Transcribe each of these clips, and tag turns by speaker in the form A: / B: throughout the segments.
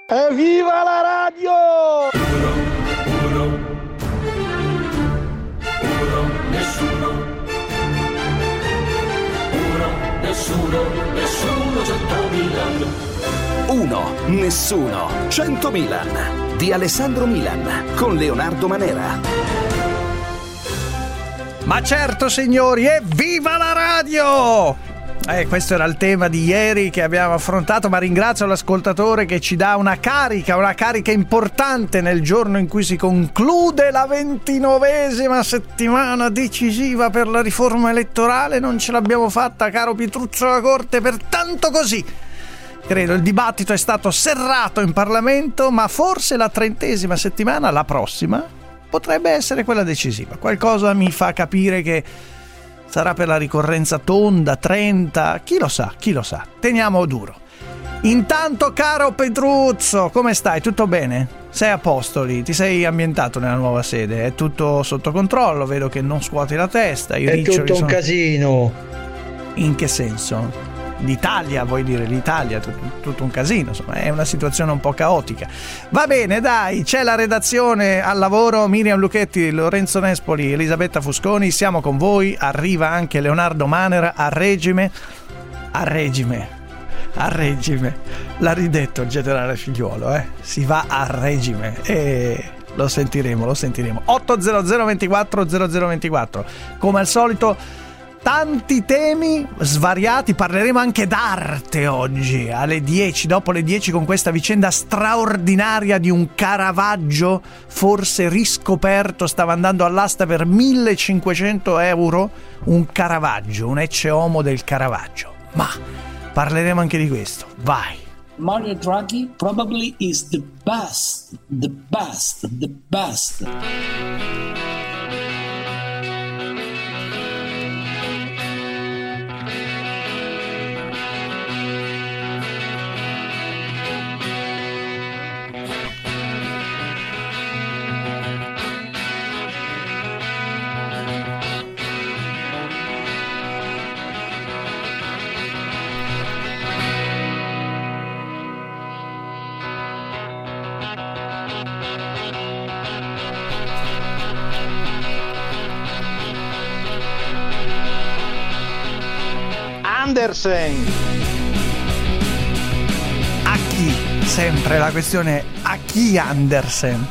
A: Evviva la radio!
B: Uno, nessuno. Uno, nessuno, 100 Milan.
C: Uno, nessuno, 100 Milan. Di Alessandro Milan, con Leonardo Manera.
D: Ma certo signori, evviva la radio! Questo era il tema di ieri che abbiamo affrontato, ma ringrazio l'ascoltatore che ci dà una carica importante nel giorno in cui si conclude la 29esima settimana decisiva per la riforma elettorale. Non ce l'abbiamo fatta, caro Pietruzzo La Corte, pertanto così. Credo il dibattito è stato serrato in Parlamento, ma forse la 30esima settimana, la prossima, potrebbe essere quella decisiva. Qualcosa mi fa capire che sarà per la ricorrenza tonda, 30, chi lo sa. Teniamo duro. Intanto, caro Petruzzo, come stai? Tutto bene? Sei a posto lì? Ti sei ambientato nella nuova sede? È tutto sotto controllo? Vedo che non scuoti la testa.
E: È tutto un casino.
D: In che senso? L'Italia, vuoi dire l'Italia, tutto un casino, insomma, è una situazione un po' caotica. Va bene, dai, c'è la redazione al lavoro, Miriam Lucchetti, Lorenzo Nespoli, Elisabetta Fusconi, siamo con voi, arriva anche Leonardo Manera a regime, l'ha ridetto il generale Figliuolo, si va a regime e lo sentiremo. 800 24 0024, come al solito. Tanti temi svariati, parleremo anche d'arte oggi alle 10, dopo le 10, con questa vicenda straordinaria di un Caravaggio forse riscoperto, stava andando all'asta per 1.500 euro, un Caravaggio, un Ecce Homo del Caravaggio. Ma parleremo anche di questo, vai!
F: Mario Draghi probably is the best.
A: Andersen.
D: A chi? Sempre la questione a chi Andersen?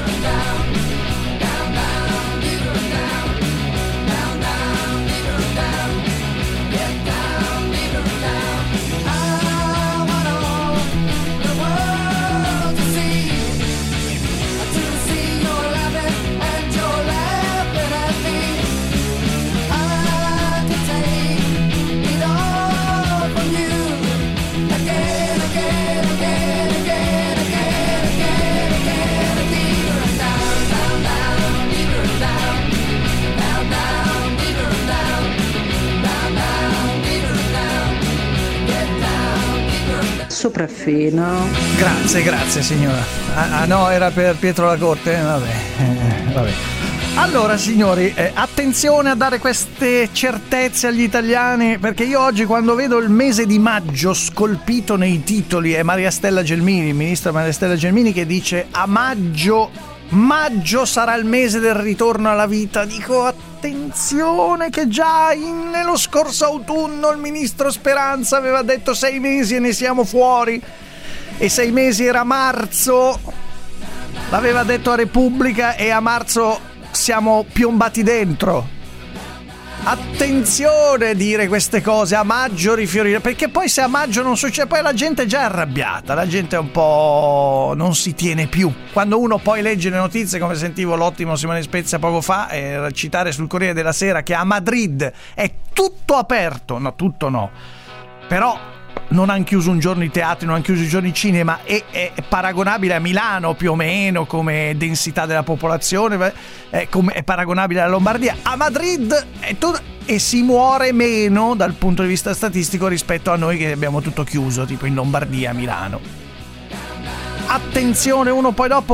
G: Sopraffino.
D: Grazie signora. No, era per Pietro La Corte? Vabbè. Allora signori, attenzione a dare queste certezze agli italiani, perché io oggi, quando vedo il mese di maggio scolpito nei titoli, è Maria Stella Gelmini, il ministro Maria Stella Gelmini, che dice a maggio sarà il mese del ritorno alla vita. Dico attenzione, che già nello scorso autunno il ministro Speranza aveva detto 6 mesi e ne siamo fuori, e 6 mesi era marzo, l'aveva detto a Repubblica, e a marzo siamo piombati dentro. Attenzione a dire queste cose, a maggio rifiorire, perché poi se a maggio non succede, poi la gente è già arrabbiata, la gente è un po', non si tiene più. Quando uno poi legge le notizie, come sentivo l'ottimo Simone Spezia poco fa citare sul Corriere della Sera, che a Madrid è tutto aperto, no, tutto no, però non hanno chiuso un giorno i teatri, non hanno chiuso i giorni i cinema, è paragonabile a Milano più o meno come densità della popolazione, è paragonabile alla Lombardia. A Madrid è tutto, e si muore meno dal punto di vista statistico rispetto a noi che abbiamo tutto chiuso, tipo in Lombardia, a Milano. Attenzione, uno poi dopo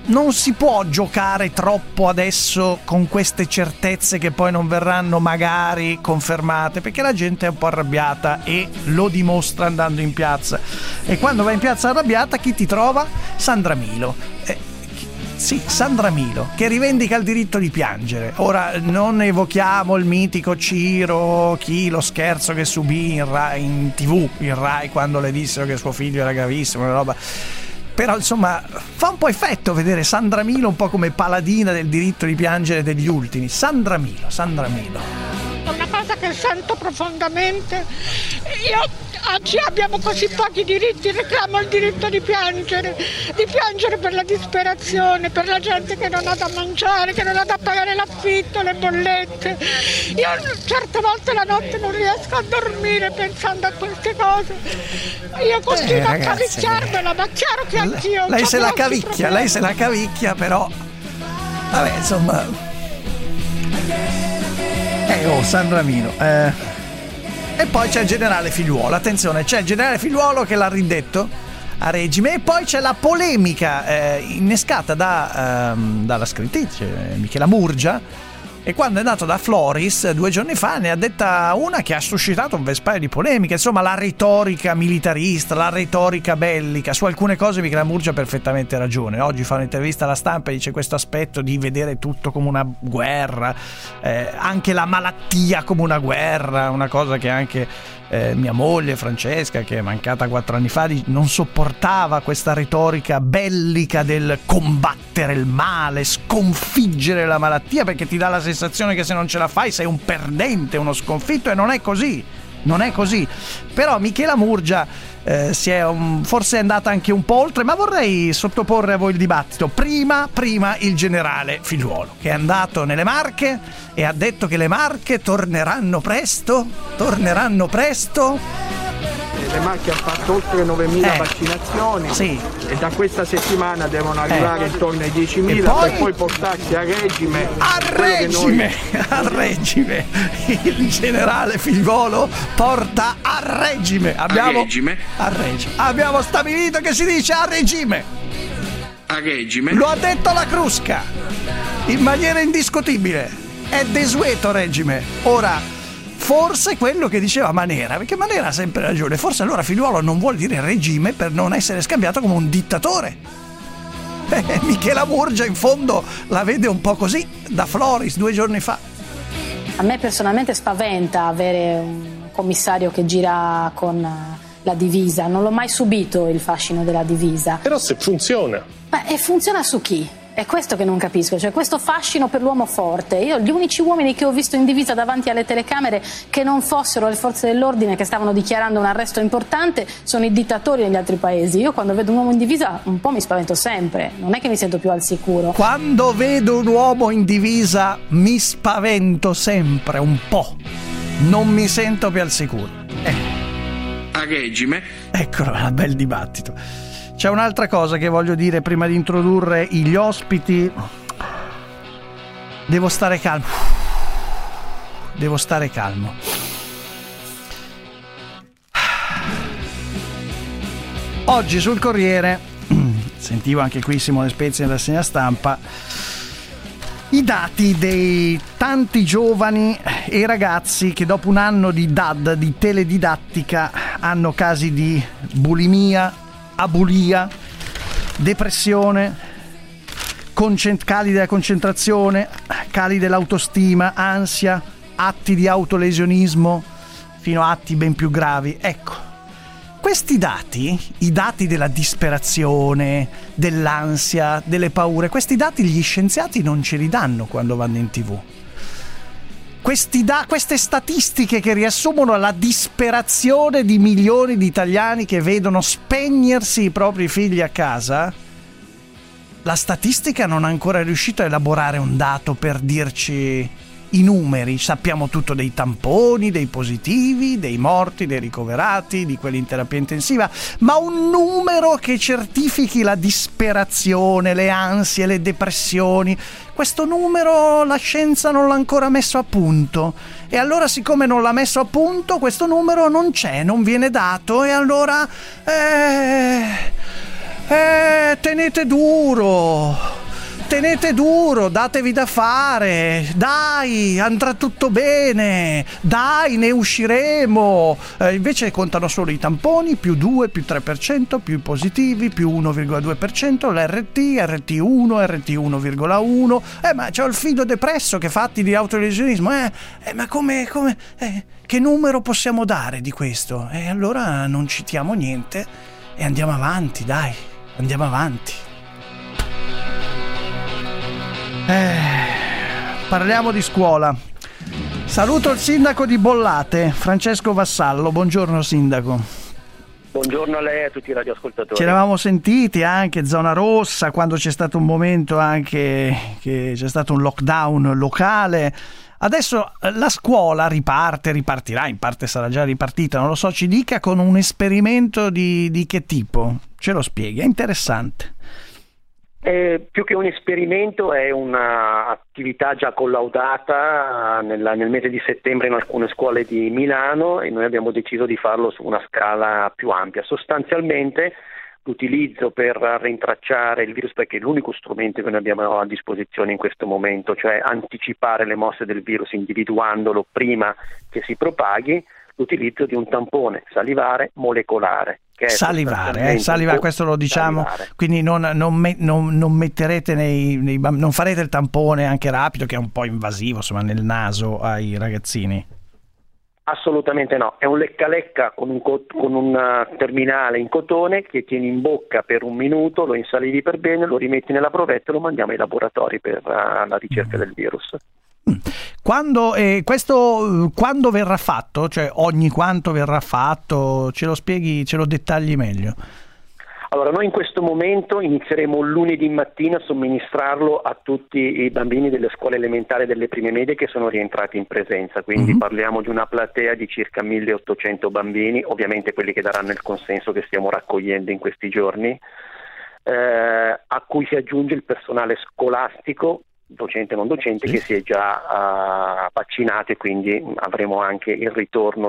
D: non si può giocare troppo adesso con queste certezze che poi non verranno magari confermate, perché la gente è un po' arrabbiata e lo dimostra andando in piazza. E quando vai in piazza arrabbiata, chi ti trova? Sandra Milo. Sì, Sandra Milo, che rivendica il diritto di piangere. Ora non evochiamo il mitico Ciro, lo scherzo che subì in TV, in Rai, quando le dissero che suo figlio era gravissimo, una roba. Però insomma fa un po' effetto vedere Sandra Milo un po' come paladina del diritto di piangere degli ultimi. Sandra Milo.
H: È una cosa che sento profondamente. Oggi abbiamo così pochi diritti, reclamo il diritto di piangere per la disperazione, per la gente che non ha da mangiare, che non ha da pagare l'affitto, le bollette. Io certe volte la notte non riesco a dormire pensando a queste cose. Io continuo a cavicchiarmela, ma chiaro che anch'io.
D: Lei se la cavicchia, però vabbè, insomma. Sandra Milo. E poi c'è il generale Figliuolo, attenzione, c'è il generale Figliuolo che l'ha ridetto a regime, e poi c'è la polemica innescata dalla scrittrice Michela Murgia, e quando è andato da Floris 2 giorni fa ne ha detta una che ha suscitato un bel paio di polemiche. Insomma, la retorica militarista, la retorica bellica, su alcune cose Michela Murgia ha perfettamente ragione. Oggi fa un'intervista alla Stampa e dice questo aspetto di vedere tutto come una guerra, anche la malattia come una guerra, una cosa che anche mia moglie Francesca, che è mancata 4 anni fa, non sopportava questa retorica bellica del combattere il male, sconfiggere la malattia, perché ti dà la sensazione che se non ce la fai sei un perdente, uno sconfitto, e non è così. Però Michela Murgia forse è andata anche un po' oltre, ma vorrei sottoporre a voi il dibattito. Prima il generale Figliuolo, che è andato nelle Marche e ha detto che le Marche torneranno presto.
I: Le Marche hanno fatto oltre 9.000 vaccinazioni, sì, e da questa settimana devono arrivare intorno ai 10.000 per poi portarsi a regime.
D: A regime il generale Figliuolo porta a regime. Abbiamo stabilito che si dice a regime. Lo ha detto la Crusca in maniera indiscutibile. È desueto regime. Ora, forse quello che diceva Manera, perché Manera ha sempre ragione, forse allora Figliuolo non vuol dire regime per non essere scambiato come un dittatore. Michela Murgia in fondo la vede un po' così, da Floris 2 giorni fa.
J: A me personalmente spaventa avere un commissario che gira con la divisa, non l'ho mai subito il fascino della divisa.
K: Però se funziona.
J: E funziona su chi? È questo che non capisco, cioè questo fascino per l'uomo forte. Io gli unici uomini che ho visto in divisa davanti alle telecamere che non fossero le forze dell'ordine che stavano dichiarando un arresto importante sono i dittatori negli altri paesi. Io quando vedo un uomo in divisa un po' mi spavento sempre, non è che mi sento più al sicuro.
D: Quando vedo un uomo in divisa mi spavento sempre un po', non mi sento più al sicuro.
K: A regime?
D: Eccolo, un bel dibattito. C'è un'altra cosa che voglio dire prima di introdurre gli ospiti. Devo stare calmo. Oggi sul Corriere, sentivo anche qui Simone Spezia nella rassegna stampa, i dati dei tanti giovani e ragazzi che dopo un anno di DAD, di teledidattica, hanno casi di bulimia, abulia, depressione, cali della concentrazione, cali dell'autostima, ansia, atti di autolesionismo, fino a atti ben più gravi. Ecco, questi dati, i dati della disperazione, dell'ansia, delle paure, questi dati gli scienziati non ce li danno quando vanno in TV. Queste statistiche che riassumono la disperazione di milioni di italiani che vedono spegnersi i propri figli a casa, la statistica non ha ancora riuscito a elaborare un dato per dirci i numeri. Sappiamo tutto dei tamponi, dei positivi, dei morti, dei ricoverati, di quelli in terapia intensiva, ma un numero che certifichi la disperazione, le ansie, le depressioni, questo numero la scienza non l'ha ancora messo a punto. E allora, siccome non l'ha messo a punto, questo numero non c'è, non viene dato, e allora tenete duro. tenete duro, datevi da fare, dai, andrà tutto bene, dai, ne usciremo. Invece contano solo i tamponi, più 2, più 3%, più i positivi, più 1,2%, l'RT, RT1, RT1,1. Ma c'ho il figlio depresso che fatti di autolesionismo. Ma come che numero possiamo dare di questo? E allora non citiamo niente e andiamo avanti, dai, andiamo avanti. Parliamo di scuola. Saluto il sindaco di Bollate, Francesco Vassallo. Buongiorno sindaco.
L: Buongiorno a lei e a tutti i radioascoltatori.
D: Ci eravamo sentiti anche zona rossa quando c'è stato un momento anche che c'è stato un lockdown locale. Adesso la scuola ripartirà, in parte sarà già ripartita, non lo so, ci dica con un esperimento di che tipo? Ce lo spieghi, è interessante.
L: Più che un esperimento è un'attività già collaudata nel mese di settembre in alcune scuole di Milano e noi abbiamo deciso di farlo su una scala più ampia. Sostanzialmente l'utilizzo per rintracciare il virus, perché è l'unico strumento che noi abbiamo a disposizione in questo momento, cioè anticipare le mosse del virus individuandolo prima che si propaghi, l'utilizzo di un tampone salivare molecolare.
D: Salivare, questo lo diciamo, salivare. Quindi non metterete non farete il tampone anche rapido, che è un po' invasivo, insomma, nel naso ai ragazzini?
L: Assolutamente no, è un lecca-lecca con un terminale in cotone che tieni in bocca per 1 minuto, lo insalivi per bene, lo rimetti nella provetta e lo mandiamo ai laboratori per la ricerca del virus.
D: Quando verrà fatto? Cioè ogni quanto verrà fatto? Ce lo spieghi, ce lo dettagli meglio?
L: Allora, noi in questo momento inizieremo lunedì mattina a somministrarlo a tutti i bambini delle scuole elementari delle prime medie che sono rientrati in presenza, quindi parliamo di una platea di circa 1800 bambini, ovviamente quelli che daranno il consenso che stiamo raccogliendo in questi giorni, a cui si aggiunge il personale scolastico, docente e non docente, che si è già vaccinato e quindi avremo anche il ritorno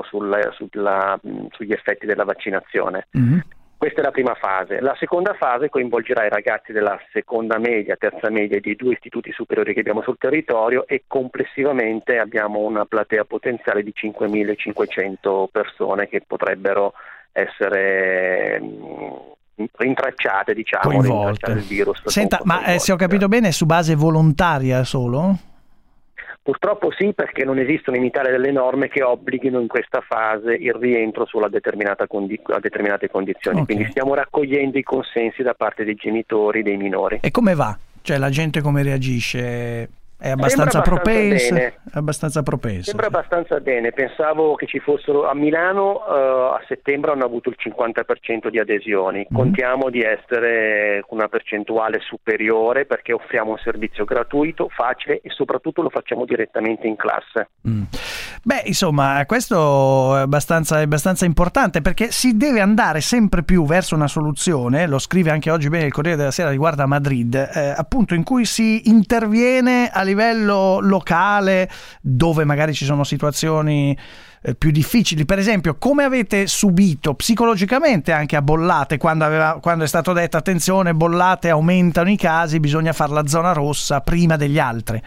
L: sugli effetti della vaccinazione. Questa è la prima fase. La seconda fase coinvolgerà i ragazzi della seconda media, terza media di 2 istituti superiori che abbiamo sul territorio e complessivamente abbiamo una platea potenziale di 5.500 persone che potrebbero essere rintracciate, diciamo, rintracciare il virus.
D: Senta, ma se ho capito bene è su base volontaria solo?
L: Purtroppo sì, perché non esistono in Italia delle norme che obblighino in questa fase il rientro solo a determinate condizioni. Okay. Quindi stiamo raccogliendo i consensi da parte dei genitori dei minori.
D: E come va? Cioè la gente come reagisce? È abbastanza propensa?
L: Sembra abbastanza bene. Pensavo che ci fossero a Milano a settembre hanno avuto il 50% di adesioni. Contiamo di essere una percentuale superiore perché offriamo un servizio gratuito, facile e soprattutto lo facciamo direttamente in classe.
D: Beh, insomma, questo è abbastanza importante perché si deve andare sempre più verso una soluzione, lo scrive anche oggi bene il Corriere della Sera riguardo a Madrid, appunto in cui si interviene a livello locale dove magari ci sono situazioni più difficili. Per esempio, come avete subito psicologicamente anche a Bollate quando è stato detto attenzione, Bollate aumentano i casi, bisogna fare la zona rossa prima degli altri?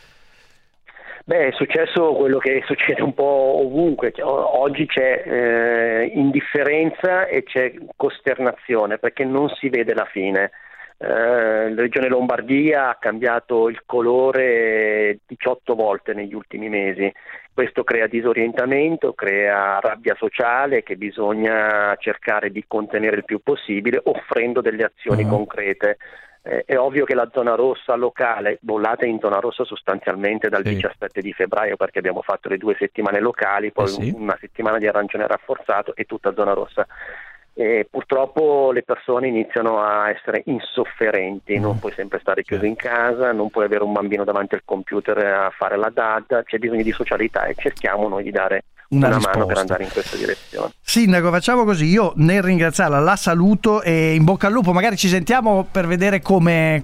L: Beh, è successo quello che succede un po' ovunque. Oggi c'è indifferenza e c'è costernazione perché non si vede la fine. La regione Lombardia ha cambiato il colore 18 volte negli ultimi mesi. Questo crea disorientamento, crea rabbia sociale che bisogna cercare di contenere il più possibile offrendo delle azioni concrete. È ovvio che la zona rossa locale, Bollate è in zona rossa sostanzialmente dal 17 di febbraio perché abbiamo fatto le 2 settimane locali, poi una settimana di arancione rafforzato e tutta zona rossa. E purtroppo le persone iniziano a essere insofferenti, non puoi sempre stare chiuso in casa, non puoi avere un bambino davanti al computer a fare la DAD, c'è bisogno di socialità e cerchiamo noi di dare una mano per andare in questa direzione.
D: Sindaco, facciamo così, io nel ringraziarla la saluto e in bocca al lupo, magari ci sentiamo per vedere come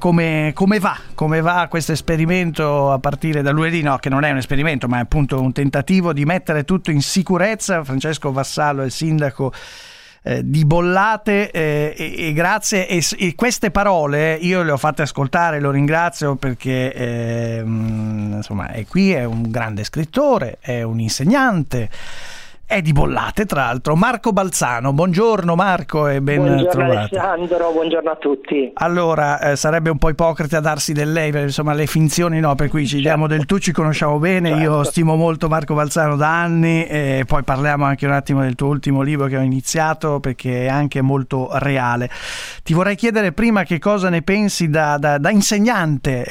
D: va questo esperimento a partire da lunedì, no, che non è un esperimento ma è appunto un tentativo di mettere tutto in sicurezza. Francesco Vassallo è il sindaco di bollate e grazie, e queste parole io le ho fatte ascoltare, lo ringrazio perché insomma qui è un grande scrittore, è un insegnante, è di bollate tra l'altro. Marco Balzano, buongiorno Marco e ben
L: buongiorno
D: trovato.
L: Alessandro, buongiorno a tutti.
D: Allora sarebbe un po' ipocrita darsi del lei, perché insomma le finzioni no, per cui ci diamo del tu, ci conosciamo bene, io stimo molto Marco Balzano da anni, e poi parliamo anche un attimo del tuo ultimo libro che ho iniziato perché è anche molto reale. Ti vorrei chiedere prima che cosa ne pensi da insegnante,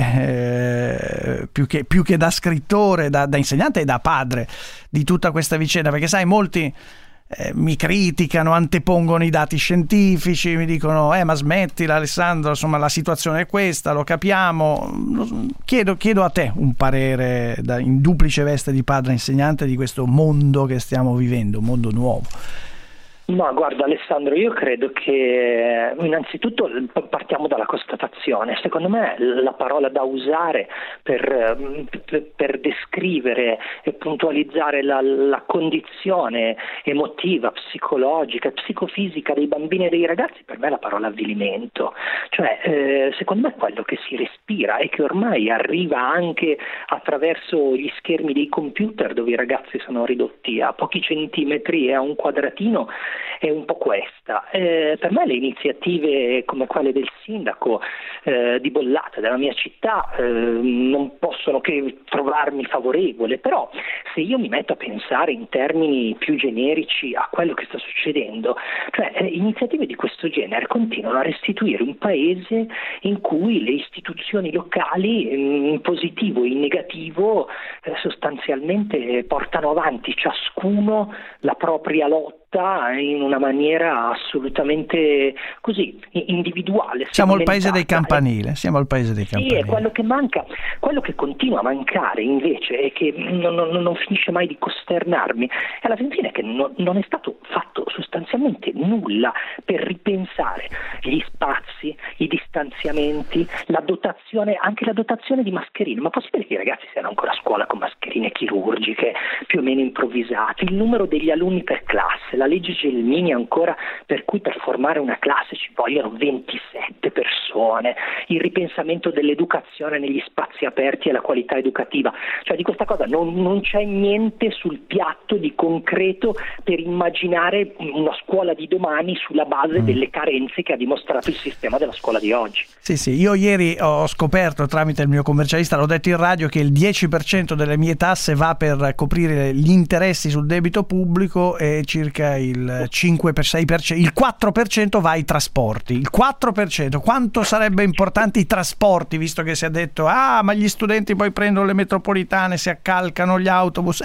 D: più che da scrittore, da insegnante e da padre di tutta questa vicenda, perché sai molti mi criticano, antepongono i dati scientifici, mi dicono ma smettila Alessandro, insomma la situazione è questa, lo capiamo. Chiedo a te un parere in duplice veste di padre insegnante di questo mondo che stiamo vivendo, un mondo nuovo.
L: Ma guarda Alessandro, io credo che innanzitutto partiamo dalla constatazione. Secondo me la parola da usare per descrivere e puntualizzare la condizione emotiva, psicologica, psicofisica dei bambini e dei ragazzi, per me è la parola avvilimento. Cioè secondo me quello che si respira e che ormai arriva anche attraverso gli schermi dei computer, dove i ragazzi sono ridotti a pochi centimetri e a un quadratino, è un po' questa. Per me le iniziative come quelle del sindaco di Bollate, della mia città, non possono che trovarmi favorevole, però se io mi metto a pensare in termini più generici a quello che sta succedendo, cioè iniziative di questo genere continuano a restituire un paese in cui le istituzioni locali, in positivo e in negativo, sostanzialmente portano avanti ciascuno la propria lotta in una maniera assolutamente così individuale.
D: Siamo il paese dei campanili, siamo il paese dei campanili.
L: Sì, è quello che manca, quello che continua a mancare invece e che non finisce mai di costernarmi è alla fine che non è stato fatto sostanzialmente nulla per ripensare gli spazi, i distanziamenti, la dotazione, anche la dotazione di mascherine. Ma possibile che i ragazzi siano ancora a scuola con mascherine chirurgiche più o meno improvvisate, il numero degli alunni per classe, la legge Gelmini ancora per cui per formare una classe ci vogliono 27 persone, il ripensamento dell'educazione negli spazi aperti e la qualità educativa, cioè di questa cosa non c'è niente sul piatto di concreto per immaginare una scuola di domani sulla base delle carenze che ha dimostrato il sistema della scuola di oggi.
D: Sì, io ieri ho scoperto tramite il mio commercialista, l'ho detto in radio, che il 10% delle mie tasse va per coprire gli interessi sul debito pubblico e circa il 5-6%, il 4% va ai trasporti. Il 4%, quanto sarebbe importante i trasporti, visto che si è detto ma gli studenti poi prendono le metropolitane, si accalcano gli autobus,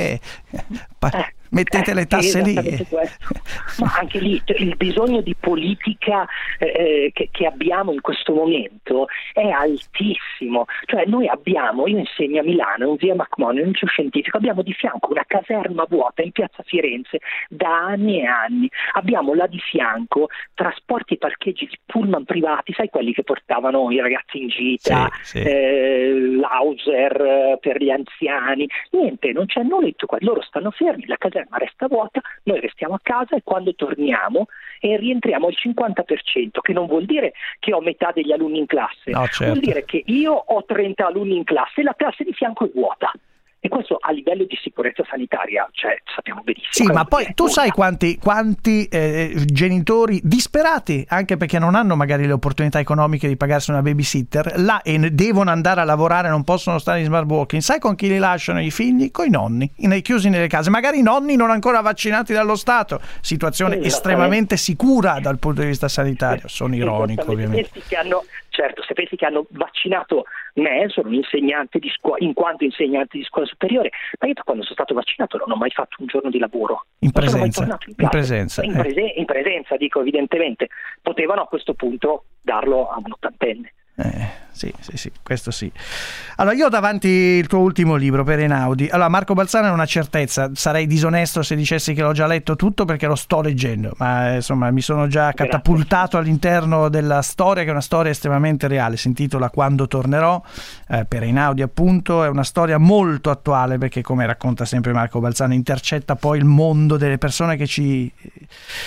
D: mettete le tasse lì.
L: Ma anche lì il bisogno di politica che abbiamo in questo momento è altissimo. Cioè io insegno a Milano, in via Macmone, in un liceo scientifico, abbiamo di fianco una caserma vuota in piazza Firenze da anni e anni. Abbiamo là di fianco trasporti e parcheggi di pullman privati, sai quelli che portavano i ragazzi in gita,
D: sì.
L: l'Hauser per gli anziani, niente, non c'è nulla di tutto qua. Loro stanno fermi, la caserma resta vuota, noi restiamo a casa e quando torniamo rientriamo al 50%, che non vuol dire che ho metà degli alunni in classe,
D: no, certo.
L: Vuol dire che io ho 30 alunni in classe e la classe di fianco è vuota. E questo a livello di sicurezza sanitaria, cioè sappiamo benissimo.
D: Sì, ma poi tu sai quanti genitori disperati, anche perché non hanno magari le opportunità economiche di pagarsi una babysitter, là e devono andare a lavorare, non possono stare in smart working, sai con chi li lasciano i figli? Coi nonni, chiusi nelle case, magari i nonni non ancora vaccinati dallo Stato, situazione estremamente sicura dal punto di vista sanitario. Sono ironico ovviamente.
L: Se pensi che hanno vaccinato me, sono un insegnante di scuola, in quanto insegnante di scuola superiore, ma io quando sono stato vaccinato non ho mai fatto un giorno di lavoro.
D: In presenza,
L: in presenza, dico, evidentemente. Potevano a questo punto darlo a un ottantenne.
D: Sì, questo sì. Allora, io ho davanti il tuo ultimo libro, Per Einaudi. Allora, Marco Balzano è una certezza, sarei disonesto se dicessi che l'ho già letto tutto, perché lo sto leggendo, ma insomma mi sono già catapultato all'interno della storia, che è una storia estremamente reale. Si intitola Quando tornerò, Per Einaudi appunto. È una storia molto attuale, perché come racconta sempre Marco Balzano intercetta poi il mondo delle persone che ci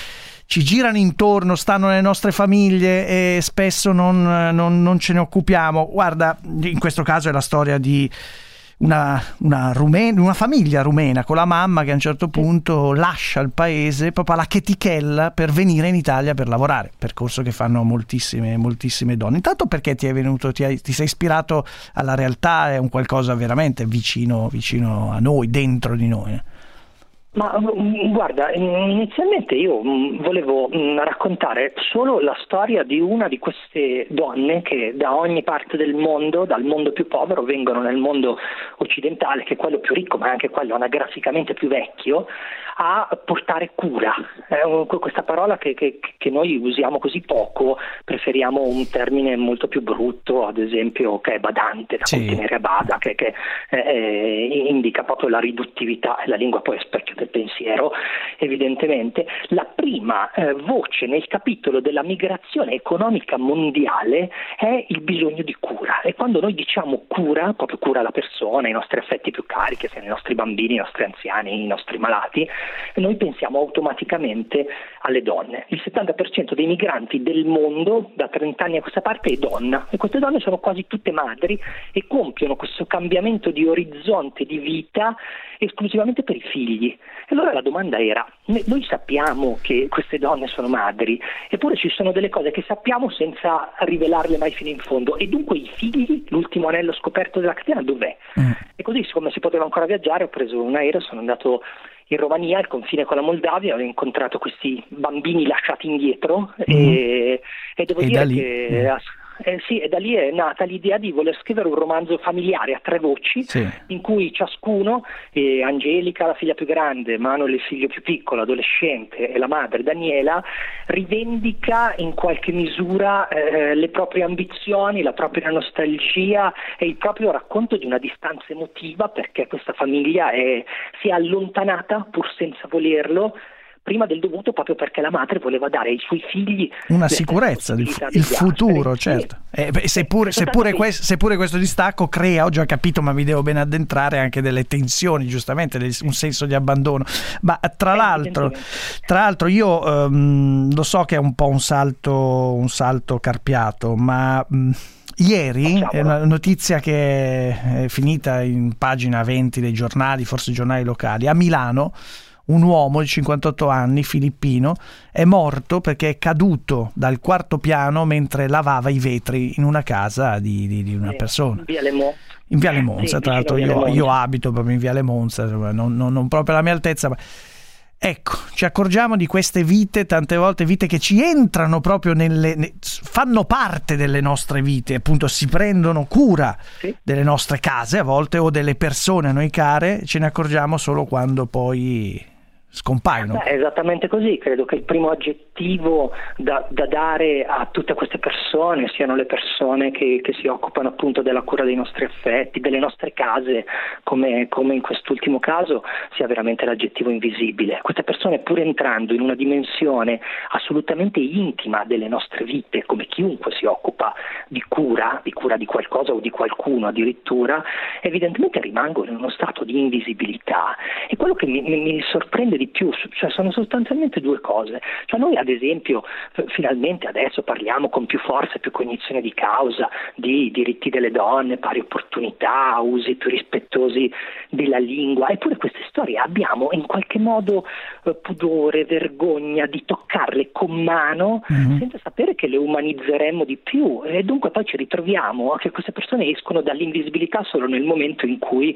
D: ci girano intorno, stanno nelle nostre famiglie e spesso non ce ne occupiamo. Guarda, in questo caso è la storia di una famiglia rumena con la mamma che a un certo punto lascia il paese proprio alla chetichella per venire in Italia per lavorare, percorso che fanno moltissime donne. Intanto, perché ti sei ispirato alla realtà? È un qualcosa veramente vicino a noi, dentro di noi.
L: Ma guarda, inizialmente io volevo raccontare solo la storia di una di queste donne che da ogni parte del mondo, dal mondo più povero, vengono nel mondo occidentale, che è quello più ricco ma anche quello anagraficamente più vecchio, a portare cura. Questa parola che noi usiamo così poco, preferiamo un termine molto più brutto, ad esempio, che è badante, da contenere a bada, che indica proprio la riduttività, e la lingua poi è specchio del pensiero, evidentemente. La prima voce nel capitolo della migrazione economica mondiale è il bisogno di cura, e quando noi diciamo cura, proprio cura alla persona, i nostri affetti più cari, che siano i nostri bambini, i nostri anziani, i nostri malati, noi pensiamo automaticamente alle donne. Il 70% dei migranti del mondo da 30 anni a questa parte è donna, e queste donne sono quasi tutte madri e compiono questo cambiamento di orizzonte di vita esclusivamente per i figli. E allora la domanda era: noi sappiamo che queste donne sono madri, eppure ci sono delle cose che sappiamo senza rivelarle mai fino in fondo, e dunque i figli, l'ultimo anello scoperto della catena, dov'è? E così, siccome si poteva ancora viaggiare, ho preso un aereo, sono andato in Romania, al confine con la Moldavia, ho incontrato questi bambini lasciati indietro e devo dire che sì, e da lì è nata l'idea di voler scrivere un romanzo familiare a 3 voci, in cui ciascuno, Angelica la figlia più grande, Manuel il figlio più piccolo, adolescente, e la madre Daniela, rivendica in qualche misura le proprie ambizioni, la propria nostalgia e il proprio racconto di una distanza emotiva, perché questa famiglia si è allontanata pur senza volerlo prima del dovuto, proprio perché la madre voleva dare ai suoi figli
D: una sicurezza, il futuro, certo. Seppure questo distacco crea, ho già capito, ma mi devo ben addentrare, anche delle tensioni, giustamente, un senso di abbandono. Ma tra l'altro io lo so che è un po' un salto carpiato, ma ieri è una notizia che è finita in pagina 20 dei giornali, forse giornali locali, a Milano. Un uomo di 58 anni, filippino, è morto perché è caduto dal 4º piano mentre lavava i vetri in una casa di una persona. In Viale Monza, tra l'altro io abito proprio in Viale Monza, non proprio alla mia altezza, ma ecco, ci accorgiamo di queste vite, tante volte vite che ci entrano proprio fanno parte delle nostre vite, appunto si prendono cura delle nostre case a volte o delle persone a noi care, ce ne accorgiamo solo quando poi scompaiono.
L: È esattamente così. Credo che il primo aggettivo da dare a tutte queste persone, siano le persone che si occupano appunto della cura dei nostri affetti, delle nostre case, come in quest'ultimo caso, sia veramente l'aggettivo invisibile. Queste persone, pur entrando in una dimensione assolutamente intima delle nostre vite, come chiunque si occupa di cura di qualcosa o di qualcuno addirittura, evidentemente rimangono in uno stato di invisibilità. E quello che mi sorprende di più, cioè, sono sostanzialmente 2 cose. Cioè, noi ad esempio finalmente adesso parliamo con più forza e più cognizione di causa di diritti delle donne, pari opportunità, usi più rispettosi della lingua, eppure queste storie abbiamo in qualche modo pudore, vergogna di toccarle con mano senza sapere che le umanizzeremmo di più, e dunque poi ci ritroviamo che queste persone escono dall'invisibilità solo nel momento in cui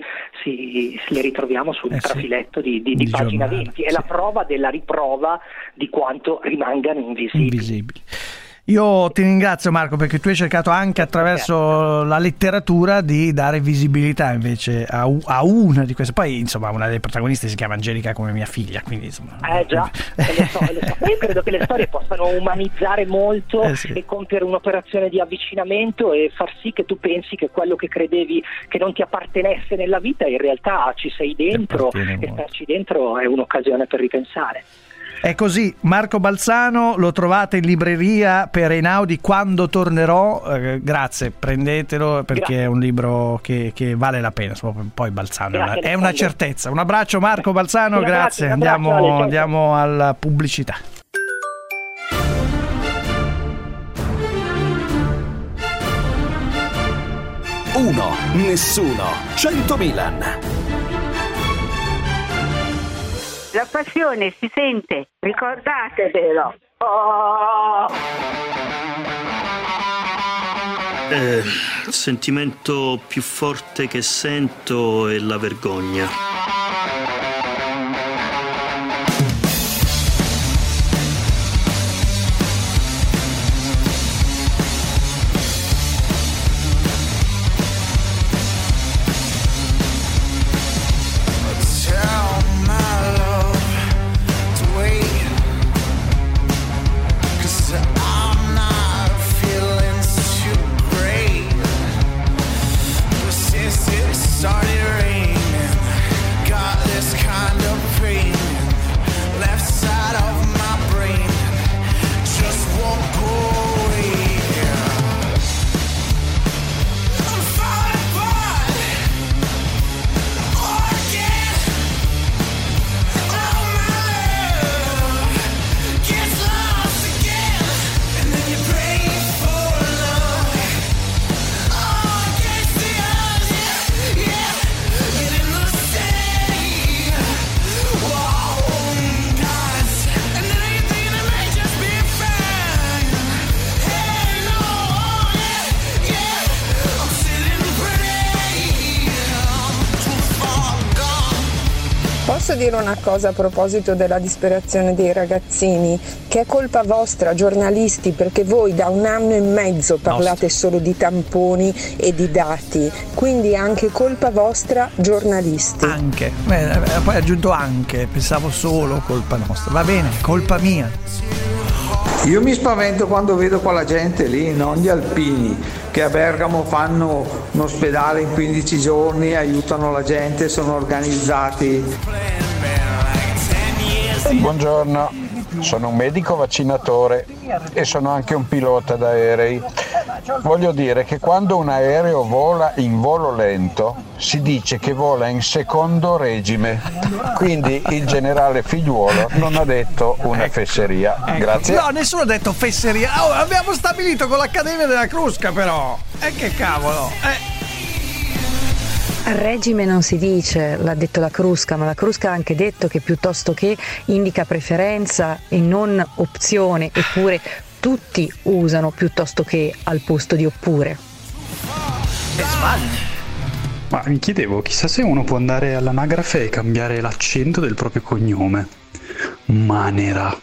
L: le ritroviamo sul trafiletto di pagina 20. È la prova della riprova di quanto rimangano invisibili.
D: Io ti ringrazio, Marco, perché tu hai cercato anche attraverso la letteratura di dare visibilità invece a una di queste. Poi insomma una delle protagoniste si chiama Angelica come mia figlia, quindi insomma.
L: Già, lo so. Io credo che le storie possano umanizzare molto e compiere un'operazione di avvicinamento e far sì che tu pensi che quello che credevi che non ti appartenesse nella vita in realtà ci sei dentro, e starci dentro è un'occasione per ripensare.
D: È così. Marco Balzano lo trovate in libreria per Einaudi Quando tornerò. Grazie, prendetelo perché è un libro che vale la pena. Poi Balzano è una certezza. Un abbraccio Marco Balzano, grazie. Andiamo alla pubblicità.
C: 1, nessuno, 100 Milan.
M: La passione si sente, ricordatevelo. Oh!
N: Il sentimento più forte che sento è la vergogna.
O: Posso dire una cosa a proposito della disperazione dei ragazzini? Che è colpa vostra, giornalisti, perché voi da 1 anno e mezzo parlate solo di tamponi e di dati, quindi è anche colpa vostra, giornalisti.
D: Anche, poi aggiunto anche, pensavo solo colpa nostra, va bene, colpa mia.
E: Io mi spavento quando vedo quella gente lì, non gli alpini, che a Bergamo fanno un ospedale in 15 giorni, aiutano la gente, sono organizzati.
P: Buongiorno, sono un medico vaccinatore e sono anche un pilota d'aerei. Voglio dire che quando un aereo vola in volo lento si dice che vola in secondo regime, quindi il generale Figliuolo non ha detto una fesseria. Grazie.
D: No, nessuno ha detto fesseria. Oh, abbiamo stabilito con l'Accademia della Crusca, però. Che cavolo.
Q: Al regime non si dice, l'ha detto la Crusca, ma la Crusca ha anche detto che piuttosto che indica preferenza e non opzione, eppure tutti usano piuttosto che al posto di oppure.
R: Ma mi chiedevo, chissà se uno può andare all'anagrafe e cambiare l'accento del proprio cognome. Manera.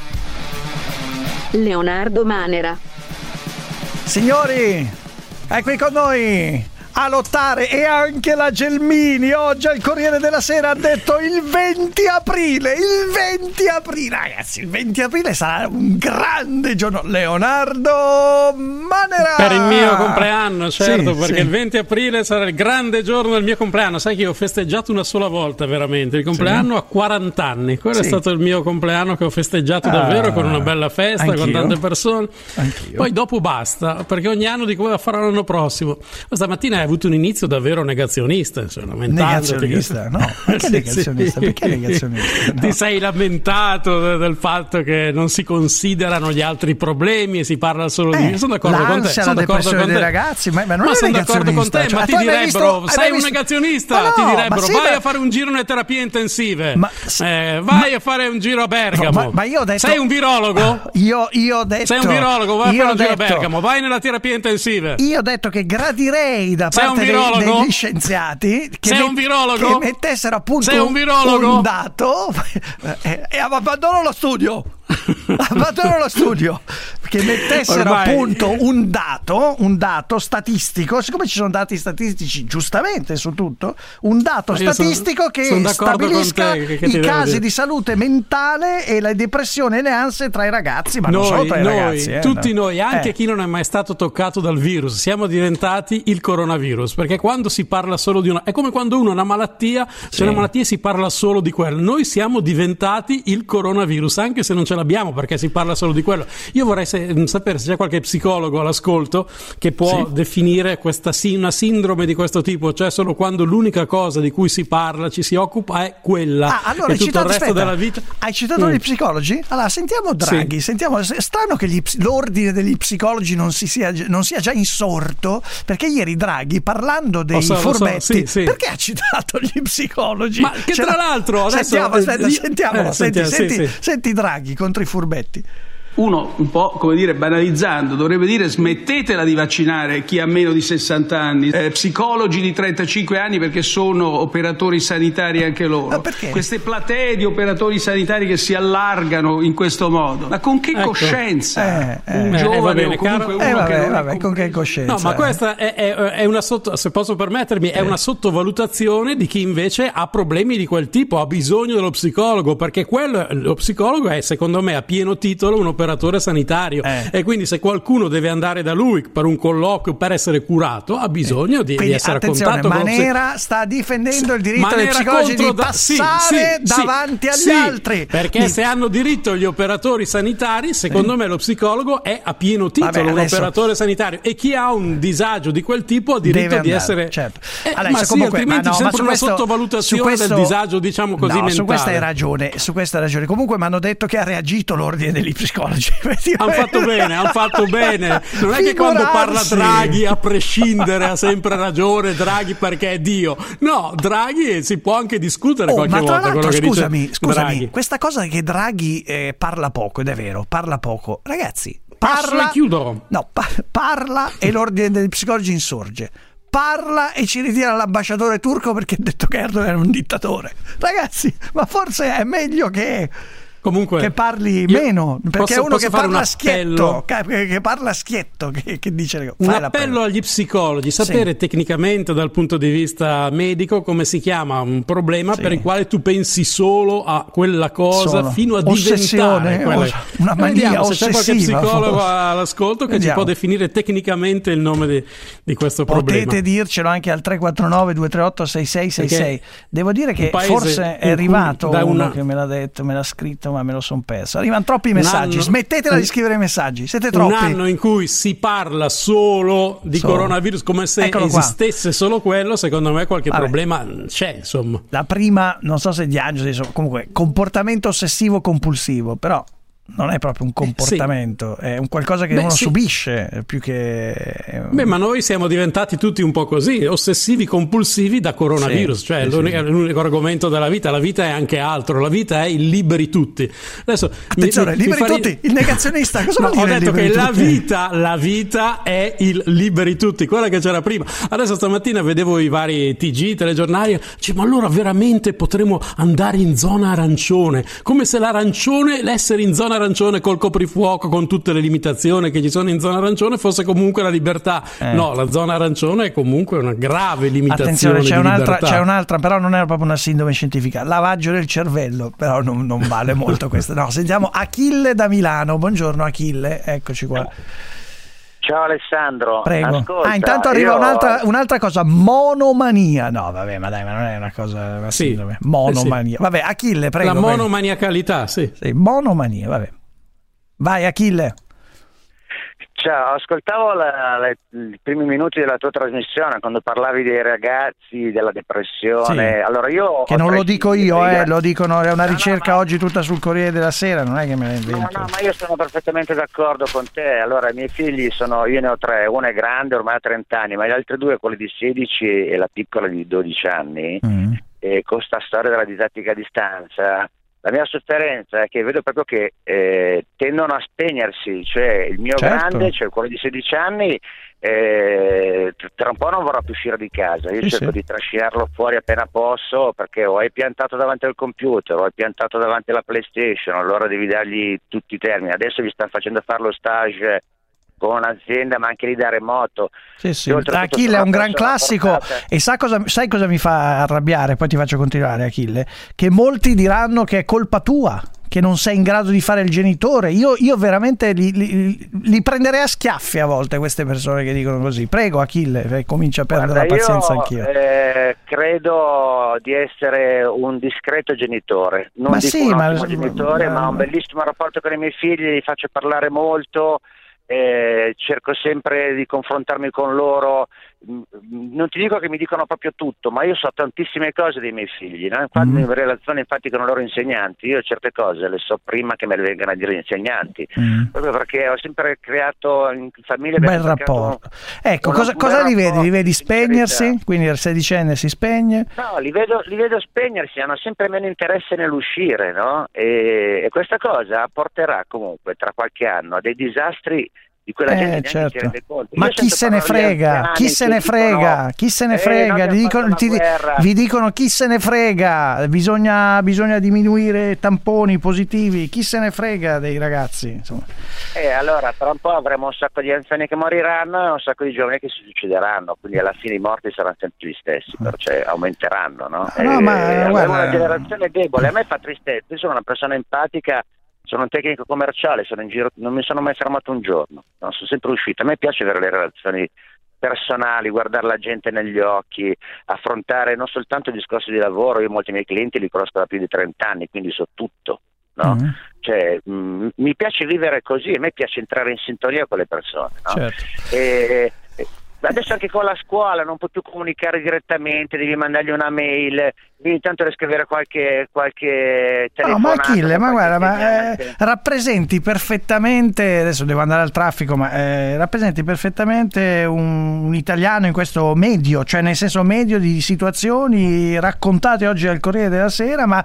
M: Leonardo Manera.
D: Signori, è qui con noi a lottare e anche la Gelmini. Oggi al Corriere della Sera ha detto il 20 aprile. Ragazzi, il 20 aprile sarà un grande giorno. Leonardo Manera.
S: Per il mio compleanno, certo,
D: sì,
S: perché
D: sì.
S: Il 20 aprile sarà il grande giorno del mio compleanno. Sai che io ho festeggiato una sola volta veramente il compleanno a 40 anni. Quello è stato il mio compleanno che ho festeggiato davvero con una bella festa,
D: anch'io.
S: Con tante persone.
D: Anch'io.
S: Poi dopo basta, perché ogni anno dico cosa farò l'anno prossimo. Stamattina hai avuto un inizio davvero negazionista,
D: Negazionista? No, perché negazionista? Perché negazionista? No.
S: Ti sei lamentato del fatto che non si considerano gli altri problemi e si parla solo di... Sono d'accordo con te.
D: La depressione dei ragazzi, ma non è
S: sono d'accordo con te,
D: cioè,
S: ma ti direbbero sei un negazionista,
D: no,
S: ti direbbero
D: sì,
S: vai a fare un giro nelle terapie intensive, vai a fare un giro a Bergamo,
D: ma io ho detto,
S: sei un virologo?
D: Io ho detto,
S: sei un virologo, vai a fare un giro a Bergamo, vai nella terapia intensive.
D: Io ho detto che gradirei da parte degli scienziati che mettessero appunto un dato e abbandono lo studio. Che mettessero appunto un dato statistico, siccome ci sono dati statistici giustamente su tutto, un dato statistico che stabilisca i casi di salute mentale e la depressione e le ansie tra i ragazzi, ma non solo tra i ragazzi,
S: tutti noi, anche chi non è mai stato toccato dal virus, siamo diventati il coronavirus, perché quando si parla solo di una, è come quando uno ha una malattia, c'è una malattia e si parla solo di quello. Noi siamo diventati il coronavirus, anche se non ce l'abbiamo perché si parla solo di quello. Io vorrei sapere se c'è qualche psicologo all'ascolto che può definire una sindrome di questo tipo, cioè solo quando l'unica cosa di cui si parla, ci si occupa è quella,
D: allora
S: e tutto il resto della vita.
D: Hai citato gli psicologi? Allora sentiamo Draghi, sentiamo. È strano che l'ordine degli psicologi non sia già insorto, perché ieri Draghi, parlando dei furbetti, perché ha citato gli psicologi?
S: Ma che tra l'altro adesso
D: sentiamolo, senti Draghi contro i furbetti.
T: Uno, un po' come dire, banalizzando, dovrebbe dire: smettetela di vaccinare chi ha meno di 60 anni, psicologi di 35 anni perché sono operatori sanitari anche loro. Queste platee di operatori sanitari che si allargano in questo modo, ma con che coscienza? Un giovane o comunque uno che
D: con che coscienza?
S: No, ma questa è una se posso permettermi, è una sottovalutazione di chi invece ha problemi di quel tipo, ha bisogno dello psicologo, perché lo psicologo è, secondo me, a pieno titolo un operatore sanitario, e quindi se qualcuno deve andare da lui per un colloquio, per essere curato, ha bisogno di essere a contatto con
D: Manera sta difendendo il diritto dei psicologi di passare davanti agli altri,
S: perché se hanno diritto gli operatori sanitari, secondo me lo psicologo è a pieno titolo un operatore sanitario, e chi ha un disagio di quel tipo ha diritto di essere altrimenti c'è sempre una sottovalutazione del disagio, diciamo così, mentale.
D: Su questa hai ragione. Comunque mi hanno detto che ha reagito l'ordine degli psicologi.
S: Hanno fatto bene. Non è che quando parla Draghi, a prescindere, ha sempre ragione Draghi perché è Dio. No, Draghi si può anche discutere qualche volta quello che
D: scusami,
S: Draghi.
D: Questa cosa che Draghi parla poco, ed è vero, parla poco. Ragazzi, parla e l'ordine degli psicologi insorge. Parla e ci ritira l'ambasciatore turco perché ha detto che Erdogan era un dittatore. Ragazzi, ma forse è meglio che parli meno, perché è uno che parla schietto, che dice
S: un appello agli psicologi, sapere tecnicamente dal punto di vista medico come si chiama un problema per il quale tu pensi solo a quella cosa fino a diventare
D: una mania ossessiva.
S: Se c'è qualche psicologo all'ascolto che ci può definire tecnicamente il nome di questo problema.
D: Potete dircelo anche al 349 238 6666. Devo dire che forse è arrivato uno che me l'ha detto, me l'ha scritto, ma me lo son perso. Arrivano troppi messaggi. Smettetela di scrivere messaggi, siete troppi.
S: Un anno in cui si parla solo di coronavirus, come se esistesse solo quello, secondo me qualche problema c'è, insomma.
D: La prima, non so se diagnosi, comunque comportamento ossessivo compulsivo, però non è proprio un comportamento, è un qualcosa che uno subisce più che...
S: ma noi siamo diventati tutti un po' così, ossessivi compulsivi da coronavirus, l'unico argomento della vita. La vita è anche altro, la vita è il liberi tutti. Adesso
D: attenzione, liberi tutti, il negazionista, cosa vuol dire?
S: Ho detto che la vita è il liberi tutti, quella che c'era prima. Adesso stamattina vedevo i vari TG, telegiornali, ma allora veramente potremo andare in zona arancione, come se l'essere in zona arancione col coprifuoco, con tutte le limitazioni che ci sono in zona arancione, fosse comunque la libertà. No, la zona arancione è comunque una grave limitazione.
D: Attenzione, c'è un'altra, però non è proprio una sindrome scientifica, lavaggio del cervello, però non vale molto questa. No, sentiamo Achille da Milano. Buongiorno Achille, eccoci qua.
U: Ciao Alessandro.
D: Prego.
U: Ascolta,
D: intanto arriva un'altra cosa, monomania. No, vabbè, ma non è una cosa, una sindrome. Monomania. Vabbè, Achille, prego.
S: La monomaniacalità, sì,
D: monomania, vabbè. Vai Achille.
U: Ciao, ascoltavo i primi minuti della tua trasmissione quando parlavi dei ragazzi, della depressione. Allora io
D: che non lo dico io, lo dicono, è una ricerca oggi tutta sul Corriere della Sera, non è che me la invento.
U: No, ma io sono perfettamente d'accordo con te. Allora, i miei figli io ne ho 3, uno è grande, ormai ha 30 anni, ma gli altri 2, quelli di 16 e la piccola di 12 anni, e con sta storia della didattica a distanza, la mia sofferenza è che vedo proprio che tendono a spegnersi, cioè il mio grande, cioè quello di 16 anni, tra un po' non vorrà più uscire di casa. Io cerco di trascinarlo fuori appena posso, perché o hai piantato davanti al computer o hai piantato davanti alla PlayStation, allora devi dargli tutti i termini. Adesso vi stanno facendo fare lo stage con un'azienda, ma anche lì da remoto.
D: Achille è un gran classico, e sai cosa mi fa arrabbiare? Poi ti faccio continuare, Achille, che molti diranno che è colpa tua che non sei in grado di fare il genitore. Io veramente li prenderei a schiaffi a volte queste persone che dicono così. Prego Achille, comincia a perdere la pazienza anch'io.
U: Credo di essere un discreto genitore, non un ottimo genitore, ma un bellissimo rapporto con i miei figli, li faccio parlare molto, cerco sempre di confrontarmi con loro. Non ti dico che mi dicono proprio tutto, ma io so tantissime cose dei miei figli, no? In relazione infatti con i loro insegnanti, io certe cose le so prima che me le vengano a dire gli insegnanti, proprio perché ho sempre creato in famiglia
D: un bel rapporto. Ecco, cosa li vedi? Li vedi spegnersi? Quindi il sedicenne si spegne?
U: No, li vedo spegnersi, hanno sempre meno interesse nell'uscire, no? E questa cosa porterà comunque tra qualche anno a dei disastri di quella gente
D: certo.
U: si rende conto.
D: Ma chi se ne frega? Chi se ne frega? Chi se ne frega? Vi dicono chi se ne frega? Bisogna diminuire tamponi positivi. Chi se ne frega dei ragazzi? Insomma.
U: Allora tra un po' avremo un sacco di anziani che moriranno e un sacco di giovani che si suicideranno, quindi alla fine i morti saranno sempre gli stessi, cioè aumenteranno, no?
D: Ma guarda,
U: una generazione debole. A me fa tristezza. Io sono una persona empatica. Sono un tecnico commerciale, sono in giro, non mi sono mai fermato un giorno, no? Sono sempre uscito. A me piace avere le relazioni personali, guardare la gente negli occhi, affrontare non soltanto il discorso di lavoro. Io molti miei clienti li conosco da più di 30 anni, quindi so tutto, no? Cioè, mi piace vivere così, a me piace entrare in sintonia con le persone, no?
D: Certo.
U: Adesso anche con la scuola non puoi più comunicare direttamente, devi mandargli una mail, devi intanto scrivere qualche telefonata.
D: No, ma Achille, ma guarda, rappresenti perfettamente, adesso devo andare al traffico, ma rappresenti perfettamente un italiano in questo medio, cioè nel senso medio di situazioni raccontate oggi al Corriere della Sera, ma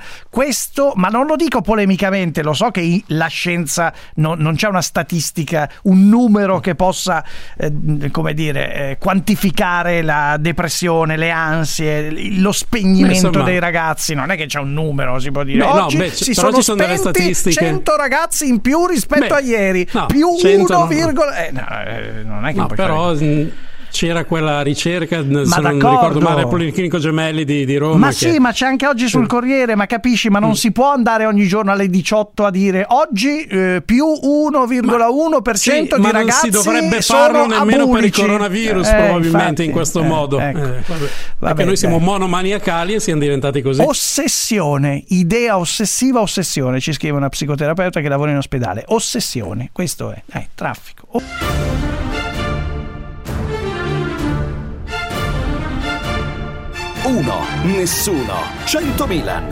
D: non lo dico polemicamente, lo so che la scienza non c'è una statistica, un numero che possa, come dire, quantificare la depressione, le ansie, lo spegnimento dei ragazzi. Non è che c'è un numero, si può dire oggi si sono spenti statistiche. 100 ragazzi in più rispetto a ieri, più 1, non è che
S: però c'era quella ricerca, se non ricordo male, al Policlinico Gemelli di Roma.
D: Ma sì, ma c'è anche oggi sul Corriere, ma capisci, ma non si può andare ogni giorno alle 18 a dire oggi più 1,1% di ragazzi. Ma non si dovrebbe farlo nemmeno
S: per il coronavirus, probabilmente, infatti, in questo modo. Vabbè, perché noi siamo monomaniacali e siamo diventati così.
D: Ossessione, idea ossessiva, ossessione, ci scrive una psicoterapeuta che lavora in ospedale. Ossessione, questo è traffico.
C: Uno, nessuno, 100 Milan.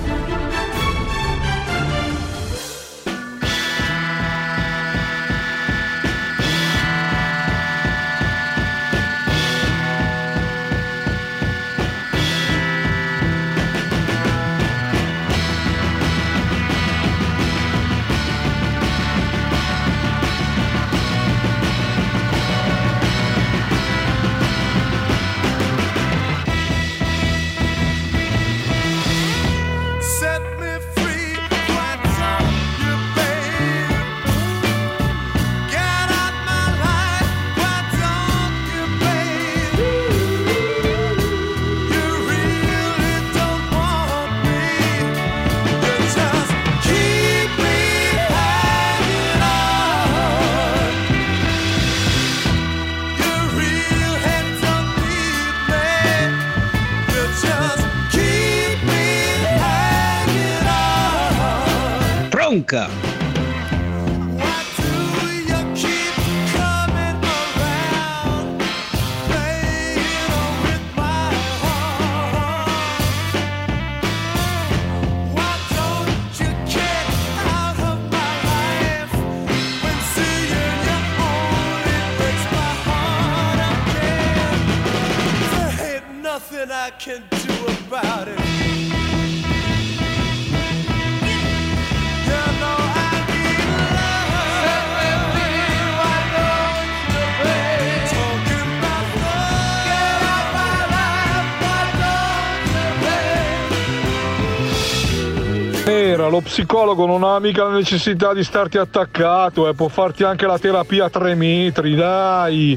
B: Lo psicologo non ha mica la necessità di starti attaccato, può farti anche la terapia a 3 metri, dai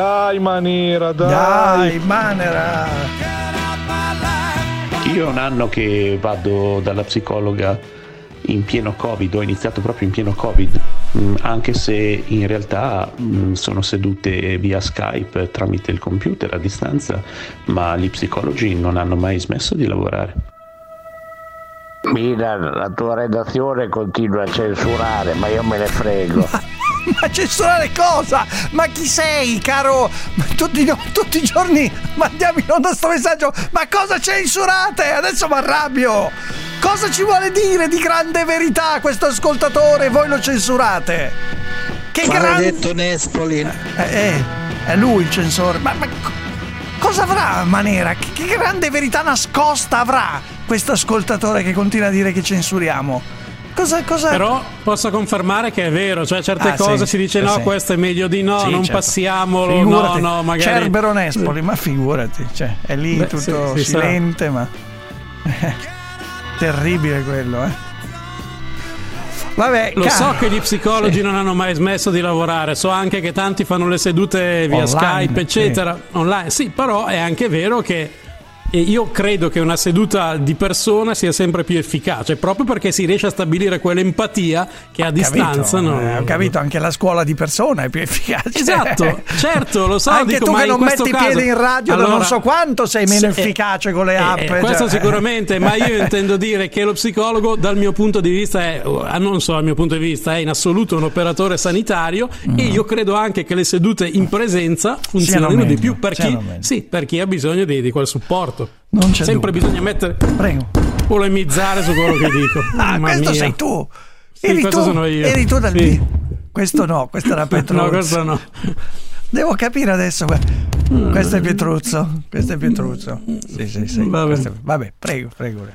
B: Manera,
D: dai Manera.
V: Io è un anno che vado dalla psicologa
F: in pieno Covid, ho iniziato proprio in pieno Covid, anche se in realtà sono sedute via Skype tramite il computer a distanza, ma gli psicologi non hanno mai smesso di lavorare.
V: Milan, la tua redazione continua a censurare, ma io me ne frego.
D: Ma censurare cosa? Ma chi sei, caro? Tutti i giorni mandiamo in onda sto messaggio. Ma cosa censurate? Adesso mi arrabbio. Cosa ci vuole dire di grande verità questo ascoltatore? Voi lo censurate? Che
V: maledetto Nespoli.
D: È lui il censore. Ma cosa avrà Manera? Che grande verità nascosta avrà questo ascoltatore che continua a dire che censuriamo? Cosa?
S: Però posso confermare che è vero, cioè certe cose si dice no, questo è meglio di no, non passiamolo, figurati. no, magari
D: Cerbero Nespoli, ma figurati, cioè è lì tutto silente, ma terribile quello, Vabbè,
S: so che gli psicologi non hanno mai smesso di lavorare, so anche che tanti fanno le sedute via online, Skype, eccetera, online. Sì, però è anche vero che io credo che una seduta di persona sia sempre più efficace, proprio perché si riesce a stabilire quell'empatia che a distanza
D: ho capito, anche la scuola di persona è più efficace.
S: Esatto, certo, lo so.
D: Anche
S: dico,
D: tu
S: ma
D: che non metti piede in radio
S: allora,
D: da non so quanto sei meno efficace con le app.
S: Questo sicuramente, ma io intendo dire che lo psicologo dal mio punto di vista non solo dal mio punto di vista, è in assoluto un operatore sanitario e io credo anche che le sedute in presenza funzionino di più per chi ha bisogno di quel supporto.
D: Non c'è
S: sempre
D: dubbio.
S: Bisogna mettere
D: polemizzare
S: su quello che dico.
D: Questo sei tu.
S: Questo sono io.
D: Eri tu questo no, questo era Petruzzo.
S: No, questo no.
D: Devo capire adesso. Questo è Pietruzzo. Sì. Vabbè, prego.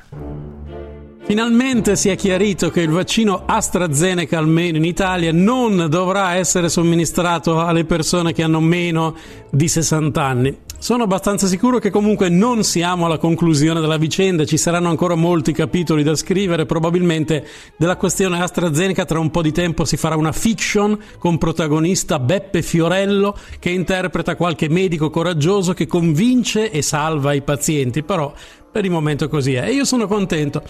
S: Finalmente si è chiarito che il vaccino AstraZeneca, almeno in Italia, non dovrà essere somministrato alle persone che hanno meno di 60 anni. Sono abbastanza sicuro che comunque non siamo alla conclusione della vicenda, ci saranno ancora molti capitoli da scrivere, probabilmente della questione AstraZeneca tra un po' di tempo si farà una fiction con protagonista Beppe Fiorello che interpreta qualche medico coraggioso che convince e salva i pazienti, però per il momento così è. E io sono contento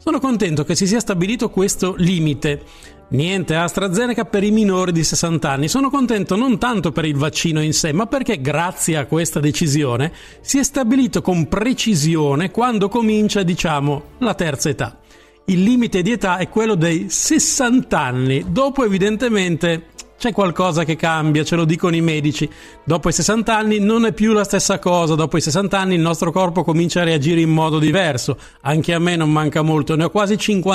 S: che si sia stabilito questo limite. Niente AstraZeneca per i minori di 60 anni. Sono contento non tanto per il vaccino in sé, ma perché grazie a questa decisione si è stabilito con precisione quando comincia, la terza età. Il limite di età è quello dei 60 anni. Dopo evidentemente c'è qualcosa che cambia, ce lo dicono i medici. Dopo i 60 anni non è più la stessa cosa, dopo i 60 anni il nostro corpo comincia a reagire in modo diverso. Anche a me non manca molto, ne ho quasi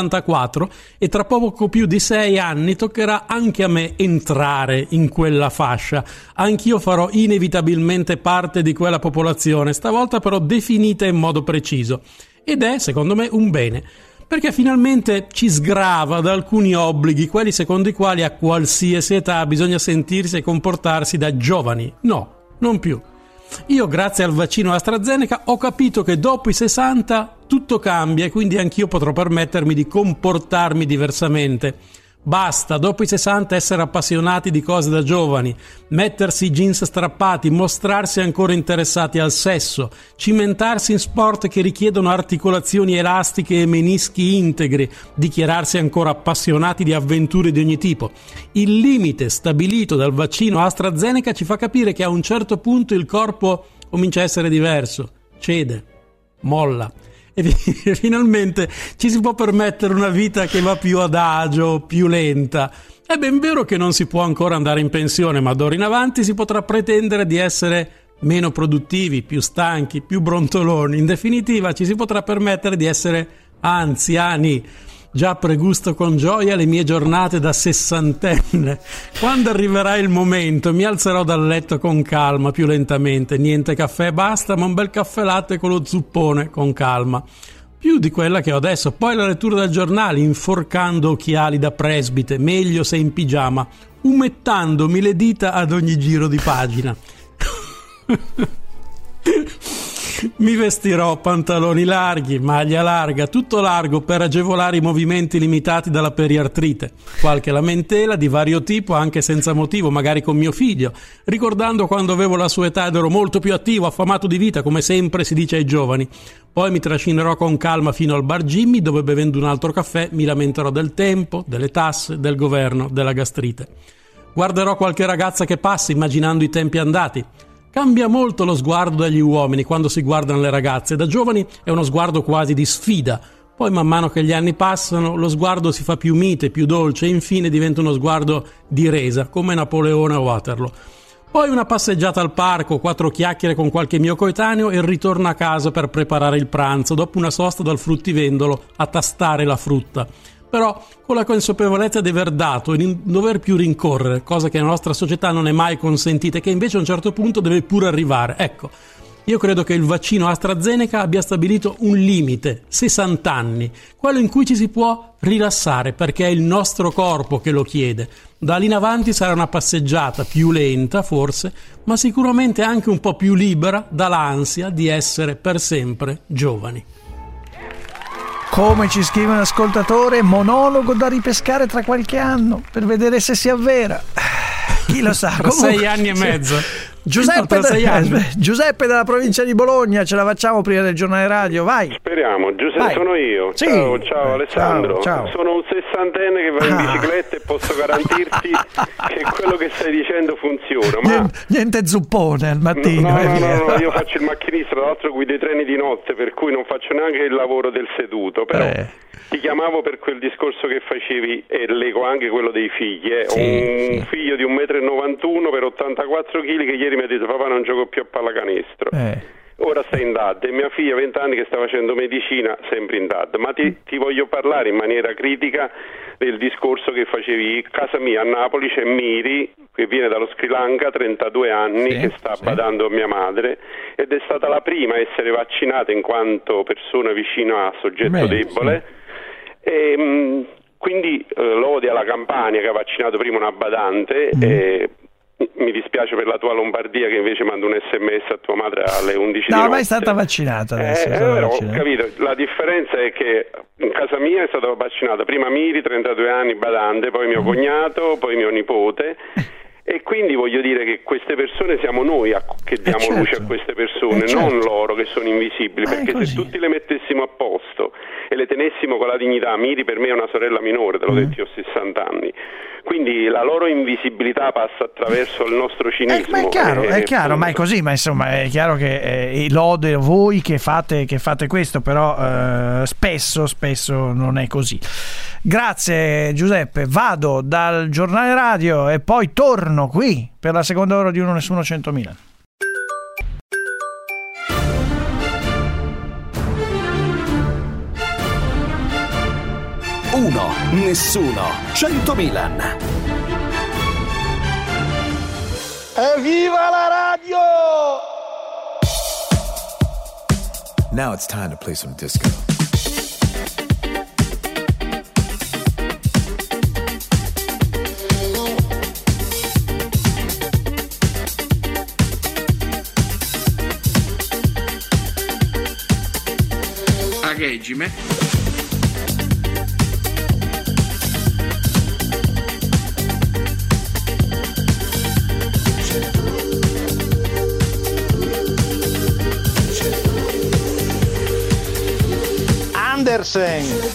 S: 54 e tra poco più di 6 anni toccherà anche a me entrare in quella fascia. Anch'io farò inevitabilmente parte di quella popolazione, stavolta però definita in modo preciso. Ed è, secondo me, un bene. Perché finalmente ci sgrava da alcuni obblighi, quelli secondo i quali a qualsiasi età bisogna sentirsi e comportarsi da giovani. No, non più. Io, grazie al vaccino AstraZeneca, ho capito che dopo i 60 tutto cambia e quindi anch'io potrò permettermi di comportarmi diversamente. Basta, dopo i 60, essere appassionati di cose da giovani, mettersi i jeans strappati, mostrarsi ancora interessati al sesso, cimentarsi in sport che richiedono articolazioni elastiche e menischi integri, dichiararsi ancora appassionati di avventure di ogni tipo. Il limite stabilito dal vaccino AstraZeneca ci fa capire che a un certo punto il corpo comincia a essere diverso, cede, molla. E finalmente ci si può permettere una vita che va più adagio, più lenta. È ben vero che non si può ancora andare in pensione, ma d'ora in avanti si potrà pretendere di essere meno produttivi, più stanchi, più brontoloni. In definitiva ci si potrà permettere di essere anziani. Già pregusto con gioia le mie giornate da sessantenne. Quando arriverà il momento mi alzerò dal letto con calma, più lentamente. Niente caffè, basta, ma un bel caffè latte con lo zuppone, con calma. Più di quella che ho adesso. Poi la lettura del giornale, inforcando occhiali da presbite, meglio se in pigiama, umettandomi le dita ad ogni giro di pagina. Mi vestirò pantaloni larghi, maglia larga, tutto largo per agevolare i movimenti limitati dalla periartrite. Qualche lamentela di vario tipo, anche senza motivo, magari con mio figlio, ricordando quando avevo la sua età ed ero molto più attivo, affamato di vita, come sempre si dice ai giovani. Poi mi trascinerò con calma fino al bar Jimmy, dove bevendo un altro caffè mi lamenterò del tempo, delle tasse, del governo, della gastrite. Guarderò qualche ragazza che passa immaginando i tempi andati. Cambia molto lo sguardo degli uomini quando si guardano le ragazze. Da giovani è uno sguardo quasi di sfida. Poi man mano che gli anni passano lo sguardo si fa più mite, più dolce e infine diventa uno sguardo di resa, come Napoleone a Waterloo. Poi una passeggiata al parco, 4 chiacchiere con qualche mio coetaneo e il ritorno a casa per preparare il pranzo, dopo una sosta dal fruttivendolo a tastare la frutta. Però con la consapevolezza di aver dato e di non dover più rincorrere, cosa che nella nostra società non è mai consentita e che invece a un certo punto deve pure arrivare. Ecco, io credo che il vaccino AstraZeneca abbia stabilito un limite, 60 anni, quello in cui ci si può rilassare perché è il nostro corpo che lo chiede. Da lì in avanti sarà una passeggiata più lenta forse, ma sicuramente anche un po' più libera dall'ansia di essere per sempre giovani.
D: Come ci scrive un ascoltatore, monologo da ripescare tra qualche anno per vedere se si avvera. Chi lo sa?
S: Tra 6 anni e mezzo.
D: Giuseppe, Giuseppe dalla provincia di Bologna, ce la facciamo prima del giornale radio, vai.
A: Speriamo. Giuseppe,
D: vai.
A: Sono io.
D: Sì.
A: Ciao Alessandro.
D: Ciao.
A: Sono un sessantenne che va in bicicletta e posso garantirti che quello che stai dicendo funziona. Ma
D: niente zuppone al mattino.
A: No, io faccio il macchinista, tra l'altro guido i treni di notte, per cui non faccio neanche il lavoro del seduto, però ti chiamavo per quel discorso che facevi e leggo anche quello dei figli. Un figlio di 1,91 m per 84 kg che ieri mi ha detto: papà, non gioco più a pallacanestro. Ora sta in DAD e mia figlia 20 anni che sta facendo medicina sempre in DAD. Ma ti voglio parlare in maniera critica del discorso che facevi. A casa mia a Napoli c'è Miri che viene dallo Sri Lanka, 32 anni, che sta badando a mia madre ed è stata la prima a essere vaccinata in quanto persona vicina a soggetto debole. E, quindi lode alla Campania che ha vaccinato prima una badante. Mi dispiace per la tua Lombardia che invece manda un sms a tua madre alle 11 di notte.
D: No, ma è stata vaccinata adesso.
A: Ho capito. La differenza è che in casa mia è stata vaccinata prima Miri, 32 anni, badante, poi mio cognato, poi mio nipote. E quindi voglio dire che queste persone siamo noi che diamo luce a queste persone, non loro che sono invisibili, perché se tutti le mettessimo a posto e le tenessimo con la dignità, Miri per me è una sorella minore, te l'ho detto, io ho 60 anni, quindi la loro invisibilità passa attraverso il nostro cinismo.
D: Ma è chiaro, ma è così, ma insomma è chiaro che lode voi che fate questo, però spesso non è così. Grazie Giuseppe, vado dal giornale radio e poi torno qui per la seconda ora di Uno Nessuno 100.000.
C: Uno, nessuno, 100 Milan.
G: Evviva la radio!
W: Now it's time to play some disco.
K: Regime.
G: Andersen.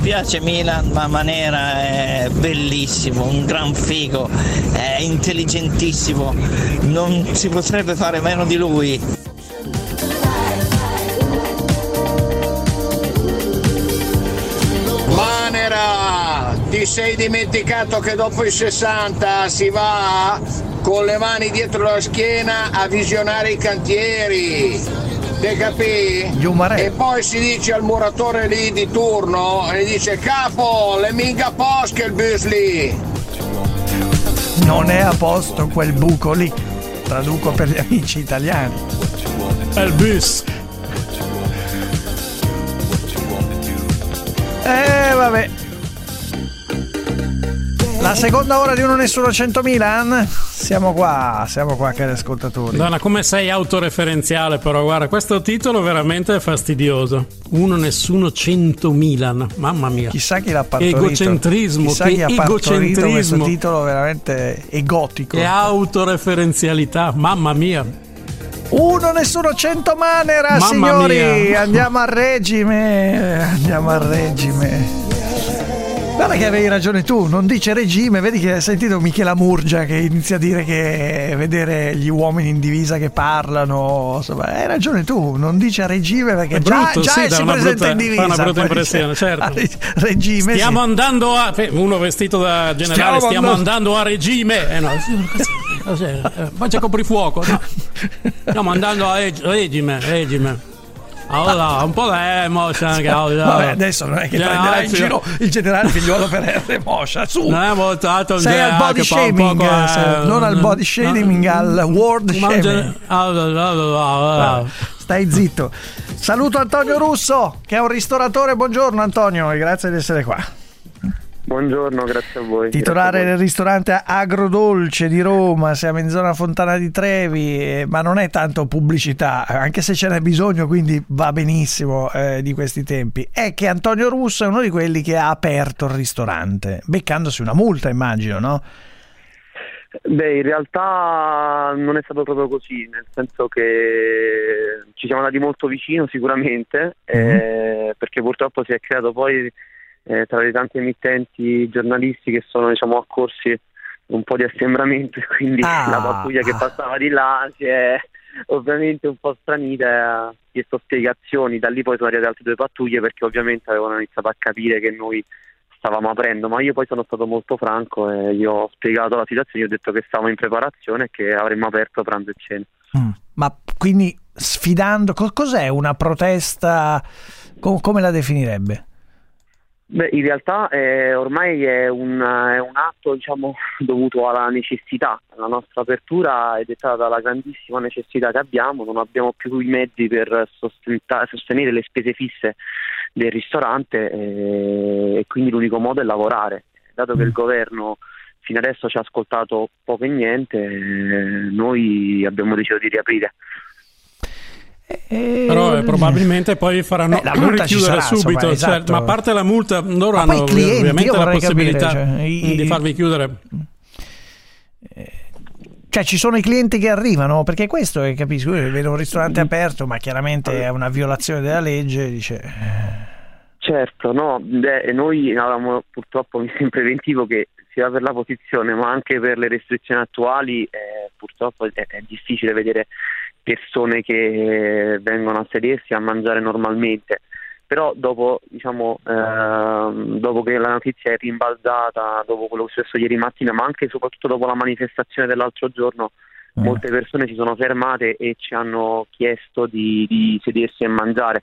H: piace Milan, ma Manera è bellissimo, un gran figo, è intelligentissimo, non si potrebbe fare meno di lui.
I: Manera, ti sei dimenticato che dopo i 60 si va con le mani dietro la schiena a visionare i cantieri, te capì? E poi si dice al muratore lì di turno e dice: capo, le minga posche il bus lì.
D: Non è a posto quel buco lì, traduco per gli amici italiani.
S: È il bus.
D: Vabbè. La seconda ora di Uno Nessuno 100 Milan. Siamo qua cari ascoltatori.
S: Donna, come sei autoreferenziale, però guarda, questo titolo veramente è fastidioso. Uno Nessuno 100 Milan, mamma mia.
D: Chissà chi l'ha partorito.
S: Egocentrismo,
D: chissà chi ha partorito questo titolo veramente egotico.
S: E autoreferenzialità, mamma mia.
D: Uno Nessuno 100 Manera, mamma signori, mia. Andiamo a regime. Guarda che avevi ragione tu, non dice regime, vedi che hai sentito Michela Murgia che inizia a dire che vedere gli uomini in divisa che parlano, insomma, hai ragione tu, non dice regime perché
S: brutto,
D: già
S: sì,
D: si presenta in divisa.
S: Fa una brutta impressione, certo.
D: Regime.
S: Stiamo andando a... uno vestito da generale, stiamo andando a regime. No, faccia coprifuoco, no. Stiamo andando a regime. Allora, un po' di Moscia anche.
D: Vabbè, adesso non è che prenderai in giro il generale Figliuolo per R. Moscia, su.
S: Non è molto alto.
D: Sei al body shaming, non al body shaming, al word shaming. Stai zitto. Saluto Antonio Russo, che è un ristoratore. Buongiorno Antonio e grazie di essere qua.
J: Buongiorno, grazie a voi.
D: Titolare del ristorante Agrodolce di Roma, siamo in zona Fontana di Trevi, ma non è tanto pubblicità, anche se ce n'è bisogno, quindi va benissimo di questi tempi. È che Antonio Russo è uno di quelli che ha aperto il ristorante, beccandosi una multa, immagino, no?
J: Beh, in realtà non è stato proprio così, nel senso che ci siamo andati molto vicino sicuramente, perché purtroppo si è creato poi tra le tante emittenti giornalisti che sono, diciamo, accorsi un po' di assembramento, e quindi la pattuglia che passava di là si è ovviamente un po' stranita e ha chiesto spiegazioni. Da lì poi sono arrivate altre 2 pattuglie perché ovviamente avevano iniziato a capire che noi stavamo aprendo, ma io poi sono stato molto franco e io ho spiegato la situazione, io ho detto che stavamo in preparazione e che avremmo aperto pranzo e cena.
D: Ma quindi sfidando, cos'è una protesta, come la definirebbe?
J: Beh, in realtà ormai è un atto, diciamo, dovuto alla necessità. La nostra apertura è dettata dalla grandissima necessità che abbiamo, non abbiamo più i mezzi per sostenere le spese fisse del ristorante e quindi l'unico modo è lavorare. Dato che il governo fino adesso ci ha ascoltato poco e niente, noi abbiamo deciso di riaprire.
S: Però probabilmente poi faranno richiudere subito, insomma, esatto. Ma a parte la multa, loro hanno clienti, ovviamente la possibilità di farvi chiudere.
D: Cioè ci sono i clienti che arrivano, perché questo capisco, vedo un ristorante aperto ma chiaramente è una violazione della legge, dice.
J: Certo, no, noi avevamo purtroppo messo in preventivo che sia per la posizione ma anche per le restrizioni attuali purtroppo è difficile vedere persone che vengono a sedersi a mangiare normalmente, però dopo, diciamo, dopo che la notizia è rimbalzata, dopo quello che è successo ieri mattina, ma anche e soprattutto dopo la manifestazione dell'altro giorno, molte persone si sono fermate e ci hanno chiesto di sedersi e mangiare.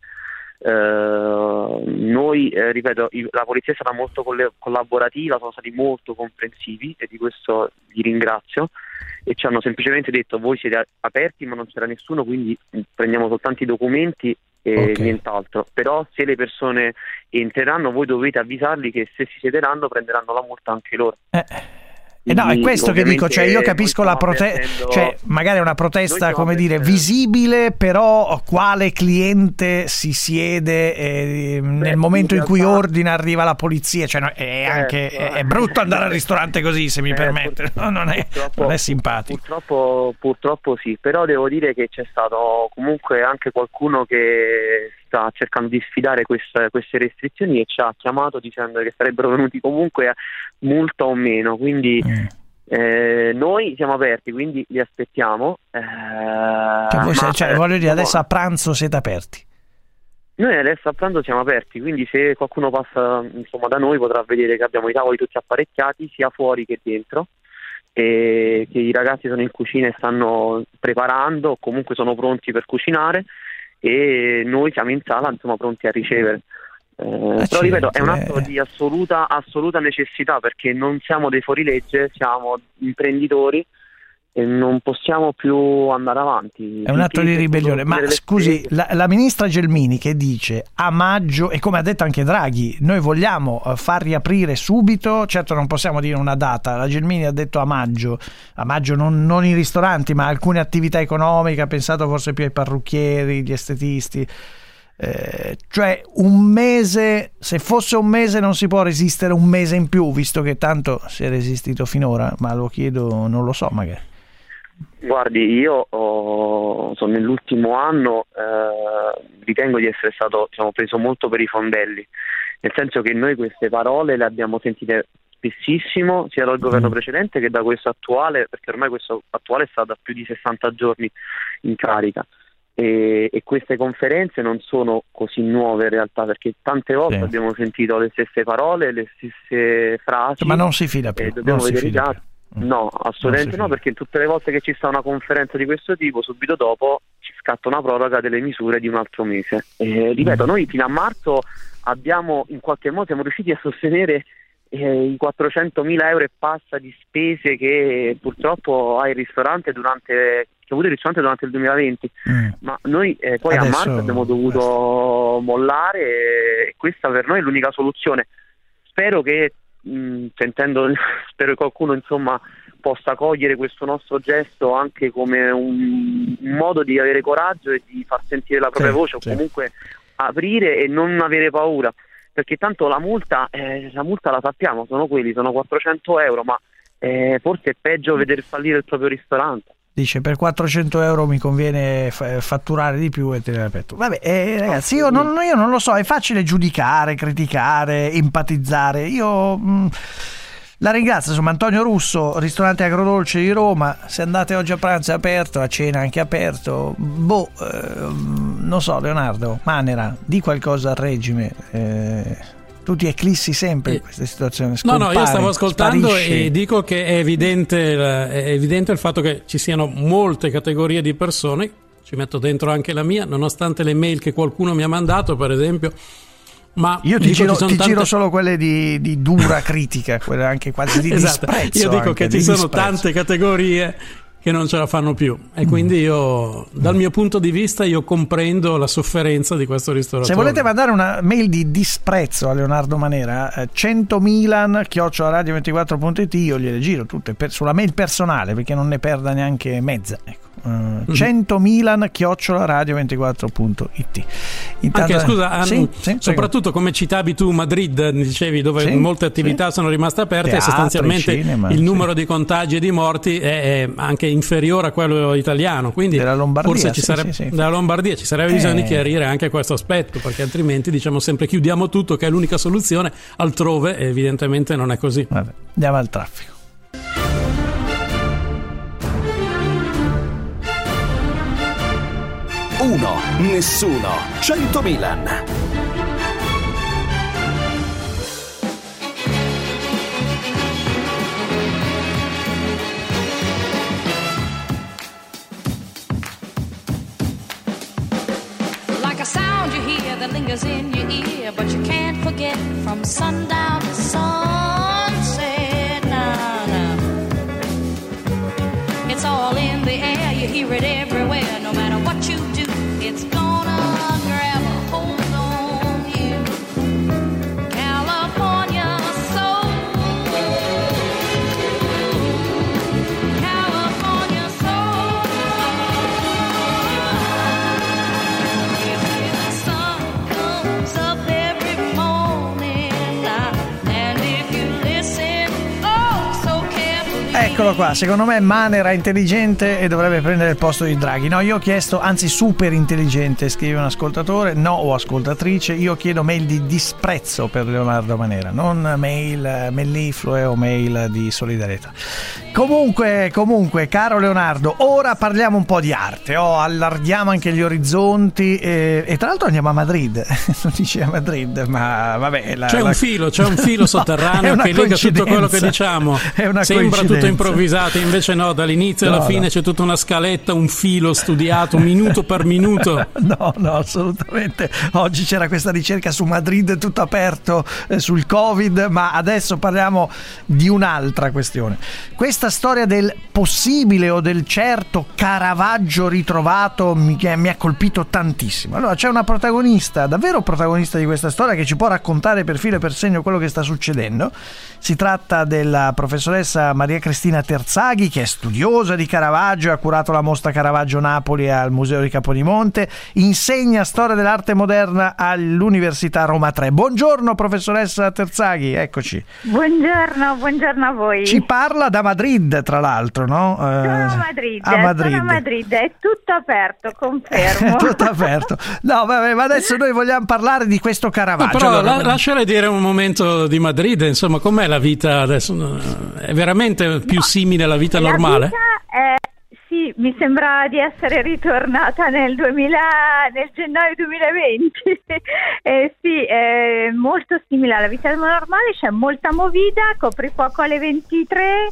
J: Noi, ripeto, la polizia è stata molto collaborativa, sono stati molto comprensivi e di questo vi ringrazio, e ci hanno semplicemente detto: voi siete aperti ma non c'era nessuno, quindi prendiamo soltanto i documenti e nient'altro, però se le persone entreranno voi dovete avvisarli che se si siederanno prenderanno la multa anche loro.
D: No, è questo che dico, cioè io capisco la protesta, cioè magari è una protesta, come dire, visibile, però quale cliente si siede nel momento in cui ordina, arriva la polizia, cioè è anche è brutto andare al ristorante così, se mi permette, no, non è simpatico.
J: Purtroppo sì, però devo dire che c'è stato comunque anche qualcuno che sta cercando di sfidare queste restrizioni e ci ha chiamato dicendo che sarebbero venuti comunque multa o meno, quindi noi siamo aperti, quindi li aspettiamo.
D: Voglio dire, adesso a pranzo siete aperti?
J: Noi adesso a pranzo siamo aperti, quindi se qualcuno passa da noi potrà vedere che abbiamo i tavoli tutti apparecchiati sia fuori che dentro, e che i ragazzi sono in cucina e stanno preparando o comunque sono pronti per cucinare, e noi siamo in sala pronti a ricevere. Però ripeto, è un atto di assoluta necessità, perché non siamo dei fuorilegge, siamo imprenditori e non possiamo più andare avanti.
D: È un atto di ribellione. Ma scusi, la ministra Gelmini che dice a maggio, e come ha detto anche Draghi, noi vogliamo far riaprire subito, certo non possiamo dire una data, la Gelmini ha detto a maggio non i ristoranti ma alcune attività economiche, ha pensato forse più ai parrucchieri, gli estetisti, cioè un mese, se fosse un mese non si può resistere un mese in più, visto che tanto si è resistito finora, ma lo chiedo, non lo so magari.
J: Guardi, io sono nell'ultimo anno, ritengo di essere stato preso molto per i fondelli, nel senso che noi queste parole le abbiamo sentite spessissimo sia dal governo precedente che da questo attuale, perché ormai questo attuale sta da più di 60 giorni in carica, e queste conferenze non sono così nuove in realtà, perché tante volte abbiamo sentito le stesse parole, le stesse frasi,
D: ma non si fida più,
J: dobbiamo vedere i dati. No, assolutamente no, perché tutte le volte che ci sta una conferenza di questo tipo, subito dopo ci scatta una proroga delle misure di un altro mese. Ripeto, noi fino a marzo abbiamo, in qualche modo, siamo riusciti a sostenere i 400.000 euro e passa di spese che purtroppo ha il ristorante durante il 2020, ma noi poi adesso, a marzo abbiamo dovuto mollare, e questa per noi è l'unica soluzione. Spero che spero che qualcuno possa cogliere questo nostro gesto anche come un modo di avere coraggio e di far sentire la propria voce, o comunque aprire e non avere paura, perché tanto la multa la sappiamo, sono 400 euro, ma forse è peggio vedere fallire il proprio ristorante.
D: Dice, per 400 euro mi conviene fatturare di più e tenere aperto. Vabbè, ragazzi, io non lo so, è facile giudicare, criticare, empatizzare. Io la ringrazio, insomma, Antonio Russo, ristorante Agrodolce di Roma. Se andate oggi a pranzo è aperto, a cena anche aperto. Non so, Leonardo Manera, di qualcosa al regime. Tu ti eclissi sempre in queste situazioni.
S: No, io stavo ascoltando, sparisci. E dico che è evidente il fatto che ci siano molte categorie di persone, ci metto dentro anche la mia, nonostante le mail che qualcuno mi ha mandato, per esempio. Ma
D: io ti giro solo quelle di dura critica, quelle anche quasi di disprezzo.
S: Io dico che ci sono tante categorie che non ce la fanno più, e quindi io, dal mio punto di vista, io comprendo la sofferenza di questo ristoratore.
D: Se volete mandare una mail di disprezzo a Leonardo Manera, 100milan@radio24.it, io gliele giro tutte sulla mail personale, perché non ne perda neanche mezza, ecco. 100milan@radio24.it.
S: Anche scusa, soprattutto come citavi tu Madrid, dicevi, dove molte attività sono rimaste aperte, teatri, e sostanzialmente cinema, il numero di contagi e di morti è anche inferiore a quello italiano, quindi
D: della Lombardia,
S: forse della Lombardia ci sarebbe bisogno di chiarire anche questo aspetto, perché altrimenti diciamo sempre chiudiamo tutto, che è l'unica soluzione, altrove evidentemente non è così.
D: Vabbè, andiamo al traffico.
C: 1, nessuno, 100 Milan.
L: Like a sound you hear that lingers in your ear, but you can't forget from sundown to sunset. Nah, nah. It's all in the air, you hear it everywhere, no matter what you do. It's gonna grab a hold on you. California soul. California soul. You see the sun comes up every morning, and
D: Eccolo qua, secondo me Manera è intelligente e dovrebbe prendere il posto di Draghi. No, io ho chiesto, anzi super intelligente, scrive un ascoltatore, no, o ascoltatrice, io chiedo mail di disprezzo per Leonardo Manera, non mail melliflue o mail di solidarietà. Comunque, caro Leonardo, ora parliamo un po' di arte, allarghiamo anche gli orizzonti e tra l'altro andiamo a Madrid, non dici a Madrid, ma vabbè. C'è un filo sotterraneo che lega tutto quello che diciamo. Sembra tutto improvvisato, invece no, dall'inizio alla fine c'è tutta una scaletta, un filo studiato minuto per minuto. No, assolutamente. Oggi c'era questa ricerca su Madrid, tutto aperto sul Covid, ma adesso parliamo di un'altra questione. Questa storia del possibile o del certo Caravaggio ritrovato mi ha colpito tantissimo. Allora c'è una protagonista, davvero protagonista di questa storia, che ci può raccontare per filo e per segno quello che sta succedendo. Si tratta della professoressa Maria Cristina Terzaghi, che è studiosa di Caravaggio, ha curato la mostra Caravaggio Napoli al Museo di Capodimonte, insegna storia dell'arte moderna all'Università Roma 3. Buongiorno professoressa Terzaghi, eccoci.
E: Buongiorno a voi.
D: Ci parla da Madrid, tra l'altro, no?
E: Sono a Madrid, è tutto aperto, confermo.
D: Tutto aperto. No, vabbè, ma adesso noi vogliamo parlare di questo Caravaggio.
S: No, però allora, lasciare dire un momento di Madrid, insomma, com'è la vita adesso? È veramente più simile alla vita normale?
E: Sì, mi sembra di essere ritornata nel gennaio 2020. Sì, è molto simile alla vita normale, c'è molta movida, coprifuoco alle 23.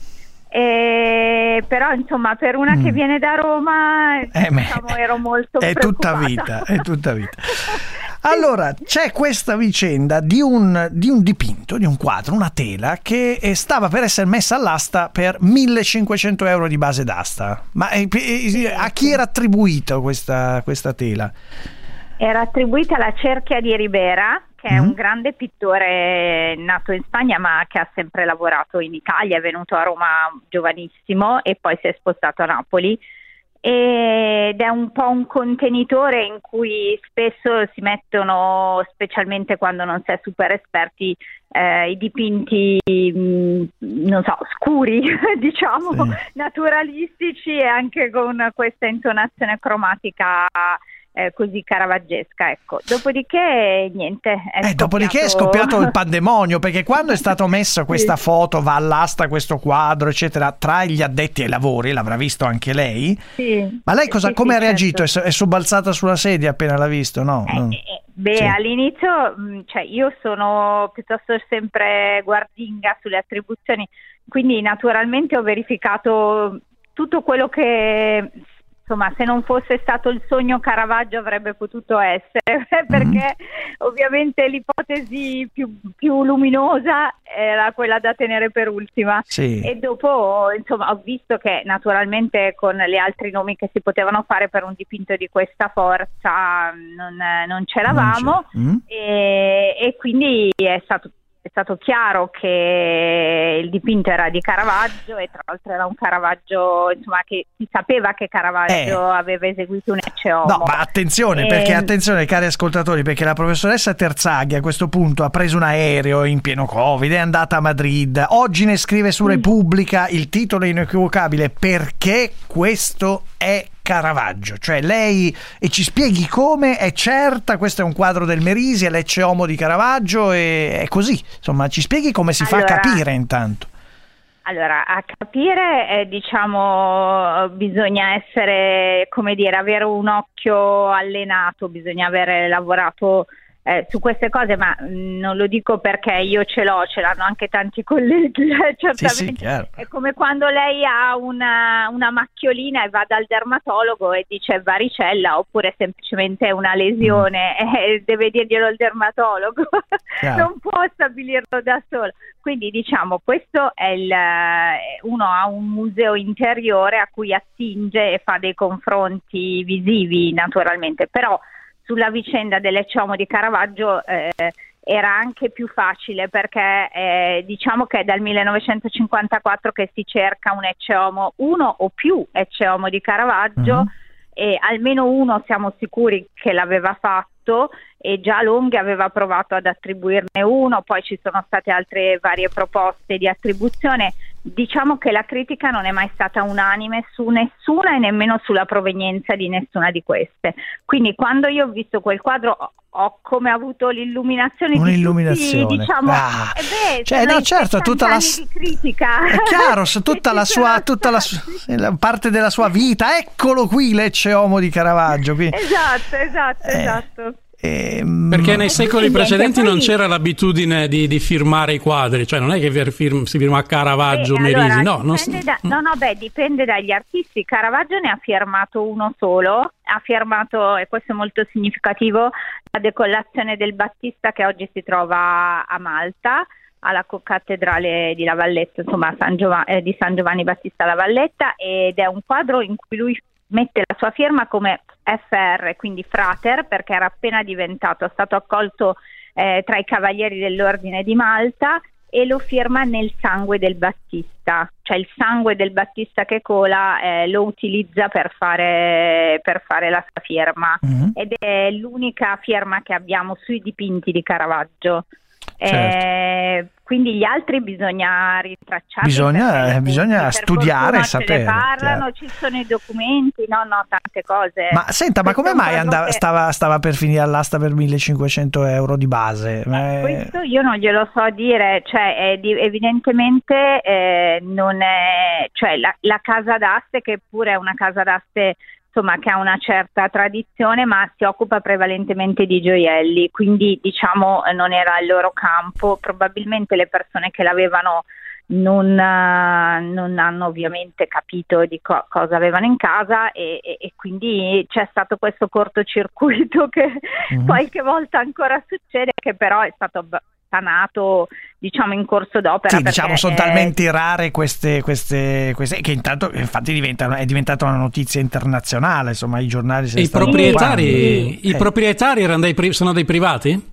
E: Però insomma, per una che viene da Roma, ero molto preoccupata.
D: È tutta vita. Allora, c'è questa vicenda di un dipinto, di un quadro, una tela che stava per essere messa all'asta per 1.500 euro di base d'asta. Ma a chi era attribuita questa tela?
E: Era attribuita alla Cerchia di Ribera, che è un grande pittore nato in Spagna ma che ha sempre lavorato in Italia, è venuto a Roma giovanissimo e poi si è spostato a Napoli, ed è un po' un contenitore in cui spesso si mettono, specialmente quando non si è super esperti, i dipinti non so, scuri, diciamo, naturalistici, e anche con questa intonazione cromatica così caravaggesca, ecco. Dopodiché niente,
D: dopodiché è scoppiato il pandemonio, perché quando è stato messo questa foto, va all'asta questo quadro eccetera, tra gli addetti ai lavori, l'avrà visto anche lei, ma lei come ha reagito? Certo. È sobbalzata sulla sedia appena l'ha visto, no?
E: All'inizio io sono piuttosto sempre guardinga sulle attribuzioni, quindi naturalmente ho verificato tutto quello che, insomma, se non fosse stato il sogno Caravaggio avrebbe potuto essere, perché ovviamente l'ipotesi più luminosa era quella da tenere per ultima. E dopo, insomma, ho visto che naturalmente con gli altri nomi che si potevano fare per un dipinto di questa forza non c'eravamo, e quindi è stato chiaro che il dipinto era di Caravaggio, e tra l'altro era un Caravaggio, insomma, che si sapeva che Caravaggio aveva eseguito un Ecce Homo.
D: No, ma attenzione, perché attenzione cari ascoltatori, perché la professoressa Terzaghi a questo punto ha preso un aereo in pieno Covid, è andata a Madrid, oggi ne scrive su Repubblica, il titolo è inequivocabile: perché questo è Caravaggio, cioè lei, e ci spieghi come, è certa, questo è un quadro del Merisi, è l'Ecce Homo di Caravaggio, e è così, insomma, ci spieghi come si fa a capire intanto.
E: Allora, a capire, diciamo, bisogna essere, come dire, avere un occhio allenato, bisogna avere lavorato su queste cose, ma non lo dico perché io ce l'hanno anche tanti colleghi, certamente. È come quando lei ha una macchiolina e va dal dermatologo e dice varicella, oppure semplicemente una lesione, e deve dirglielo il dermatologo, non può stabilirlo da solo. Quindi diciamo, questo è uno ha un museo interiore a cui attinge e fa dei confronti visivi, naturalmente, però sulla vicenda dell'Ecce Homo di Caravaggio era anche più facile, perché diciamo che è dal 1954 che si cerca un Ecce Homo, uno o più Ecce Homo di Caravaggio, e almeno uno siamo sicuri che l'aveva fatto, e già Longhi aveva provato ad attribuirne uno, poi ci sono state altre varie proposte di attribuzione. diciamo che la critica non è mai stata unanime su nessuna e nemmeno sulla provenienza di nessuna di queste. Quindi quando io ho visto quel quadro ho come avuto l'illuminazione di tutti, diciamo,
D: certo, tutta la
E: di critica.
D: È chiaro, tutta la sua parte della sua vita. Eccolo qui Lecce Homo di Caravaggio. Quindi,
E: esatto.
S: Perché nei secoli precedenti non c'era l'abitudine di firmare i quadri, cioè non è che si firma Caravaggio, Merisi,
E: dipende dagli artisti. Caravaggio ne ha firmato uno solo, ha firmato, e questo è molto significativo, la decollazione del Battista che oggi si trova a Malta, alla cattedrale di La Valletta, insomma di San Giovanni Battista La Valletta, ed è un quadro in cui lui mette la sua firma come FR, quindi frater, perché era appena stato accolto tra i cavalieri dell'Ordine di Malta, e lo firma nel sangue del Battista, cioè il sangue del Battista che cola lo utilizza per fare la sua firma, ed è l'unica firma che abbiamo sui dipinti di Caravaggio. Certo. Quindi gli altri bisogna rintracciare,
D: bisogna studiare e sapere.
E: Parlano, ci sono i documenti, tante cose.
D: Ma senta, ma come mai stava per finire all'asta per 1.500 euro di base?
E: Questo io non glielo so dire, cioè evidentemente non è, cioè la casa d'aste, che pure è una casa d'aste insomma che ha una certa tradizione, ma si occupa prevalentemente di gioielli, quindi diciamo non era il loro campo. Probabilmente le persone che l'avevano non hanno ovviamente capito di cosa avevano in casa, e quindi c'è stato questo cortocircuito che qualche volta ancora succede, che però è stato sanato, diciamo, in corso d'opera.
D: Sì, diciamo, sono talmente rare queste che intanto infatti è diventata una notizia internazionale, insomma, i giornali
S: I proprietari sono dei privati?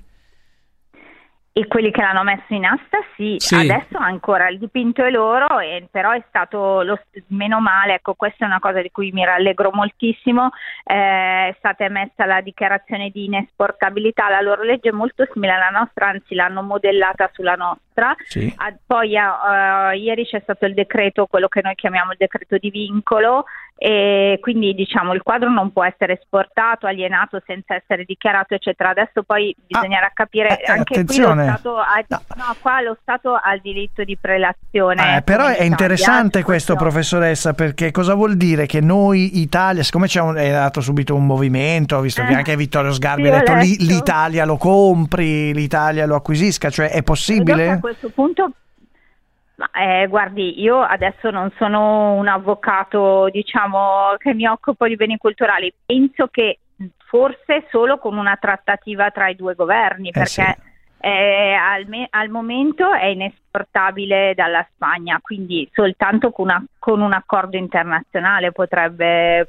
E: E quelli che l'hanno messo in asta, sì. Adesso ancora il dipinto è loro, però è stato meno male, ecco, questa è una cosa di cui mi rallegro moltissimo, è stata emessa la dichiarazione di inesportabilità. La loro legge è molto simile alla nostra, anzi l'hanno modellata sulla nostra.
D: Sì.
E: Poi ieri c'è stato il decreto, quello che noi chiamiamo il decreto di vincolo, e quindi diciamo il quadro non può essere esportato, alienato senza essere dichiarato, eccetera. Adesso poi bisognerà capire, anche
D: attenzione.
E: Qui lo Stato ha il diritto di prelazione.
D: Però è interessante questo, professoressa, perché cosa vuol dire? Che noi Italia, siccome è nato subito un movimento, ho visto che anche Vittorio Sgarbi ha detto l'Italia lo compri, l'Italia lo acquisisca, cioè è possibile?
E: A questo punto guardi, io adesso non sono un avvocato, diciamo, che mi occupo di beni culturali. Penso che forse solo con una trattativa tra i due governi, perché al momento è inesportabile dalla Spagna, quindi soltanto con un accordo internazionale potrebbe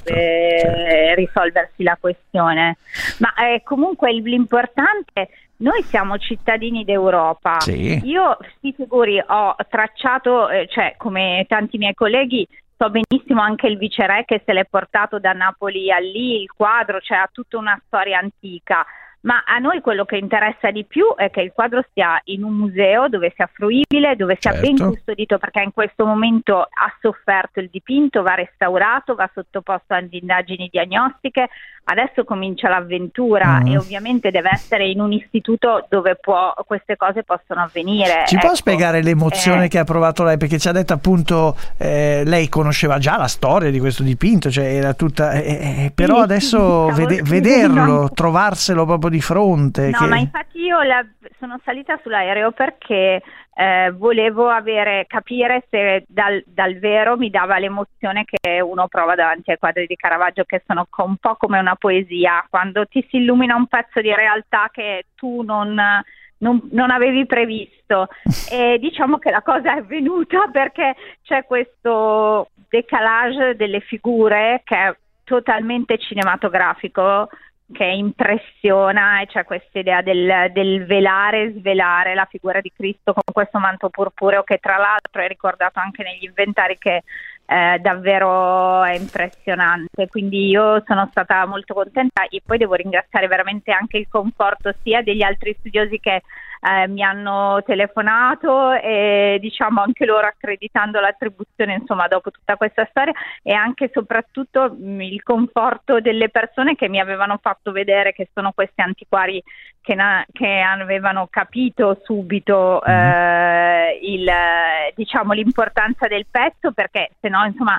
E: risolversi la questione. Ma comunque l'importante, noi siamo cittadini d'Europa.
D: Sì.
E: Io, si figuri, ho tracciato, cioè come tanti miei colleghi, so benissimo anche il viceré che se l'è portato da Napoli a lì, il quadro, cioè ha tutta una storia antica. Ma a noi quello che interessa di più è che il quadro stia in un museo dove sia fruibile, dove sia ben custodito, perché in questo momento ha sofferto il dipinto, va restaurato, va sottoposto ad indagini diagnostiche. Adesso comincia l'avventura e ovviamente deve essere in un istituto dove queste cose possono avvenire.
D: Ci può spiegare l'emozione che ha provato lei? Perché ci ha detto appunto lei conosceva già la storia di questo dipinto, cioè era tutta però adesso vederlo, trovarselo proprio di fronte.
E: No, ma infatti io sono salita sull'aereo perché volevo capire se dal vero mi dava l'emozione che uno prova davanti ai quadri di Caravaggio, che sono un po' come una poesia, quando ti si illumina un pezzo di realtà che tu non avevi previsto. E diciamo che la cosa è avvenuta perché c'è questo décalage delle figure che è totalmente cinematografico, che impressiona, e c'è questa idea del velare e svelare la figura di Cristo con questo manto purpureo, che tra l'altro è ricordato anche negli inventari, che davvero è impressionante. Quindi io sono stata molto contenta, e poi devo ringraziare veramente anche il conforto sia degli altri studiosi che mi hanno telefonato e diciamo anche loro accreditando l'attribuzione, insomma, dopo tutta questa storia, e anche e soprattutto il conforto delle persone che mi avevano fatto vedere che sono questi antiquari che avevano capito subito diciamo l'importanza del pezzo, perché se no, insomma,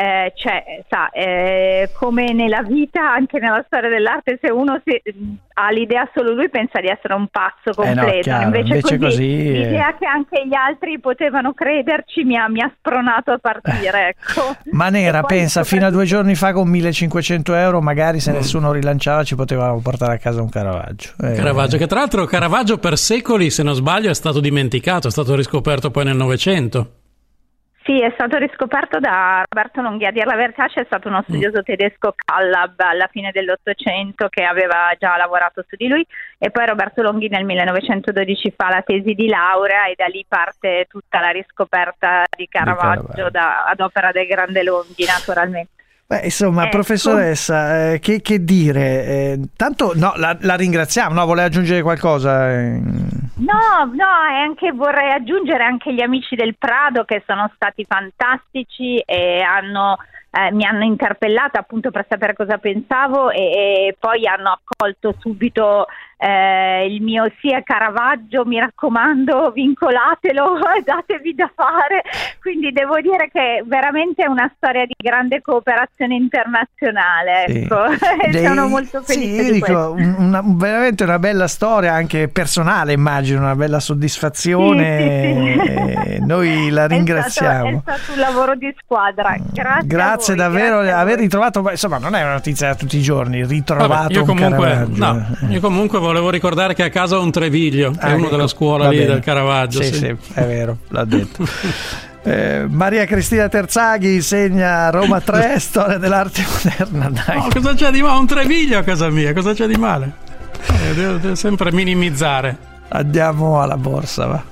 E: come nella vita, anche nella storia dell'arte, se uno ha l'idea solo lui pensa di essere un pazzo completo, invece così l'idea che anche gli altri potevano crederci mi ha spronato a partire, ecco.
D: Manera, pensa, fino a 2 giorni fa con 1.500 euro magari, se nessuno rilanciava, ci potevamo portare a casa un Caravaggio.
S: Caravaggio, che tra l'altro Caravaggio per secoli, se non sbaglio, è stato dimenticato, è stato riscoperto poi nel Novecento.
E: Sì, è stato riscoperto da Roberto Longhi. A dire la verità, c'è stato uno studioso tedesco, Kallab, alla fine dell'Ottocento, che aveva già lavorato su di lui, e poi Roberto Longhi nel 1912 fa la tesi di laurea e da lì parte tutta la riscoperta di Caravaggio ad opera del grande Longhi, naturalmente.
D: Beh, insomma, professoressa, che dire? Tanto no, la ringraziamo, no? Vuole aggiungere qualcosa?
E: No, e anche vorrei aggiungere anche gli amici del Prado, che sono stati fantastici e mi hanno interpellata appunto per sapere cosa pensavo, e poi hanno accolto subito il mio sì a Caravaggio, mi raccomando, vincolatelo, datevi da fare. Quindi devo dire che veramente è una storia di grande cooperazione internazionale, ecco. Sono molto felice di questo.
D: Veramente una bella storia, anche personale, immagino, una bella soddisfazione. Sì. Noi la ringraziamo.
E: È stato un lavoro di squadra.
D: Grazie davvero di aver ritrovato, insomma, non è una notizia da tutti i giorni, ritrovato un Caravaggio.
S: Io comunque volevo ricordare che a casa ho un Treviglio, che è uno della scuola lì del Caravaggio.
D: Sì, è vero, l'ha detto. Maria Cristina Terzaghi insegna Roma 3, storia dell'arte moderna. Dai.
S: No, cosa c'è di male? Un Treviglio a casa mia, cosa c'è di male? Devo sempre minimizzare.
D: Andiamo alla borsa, va.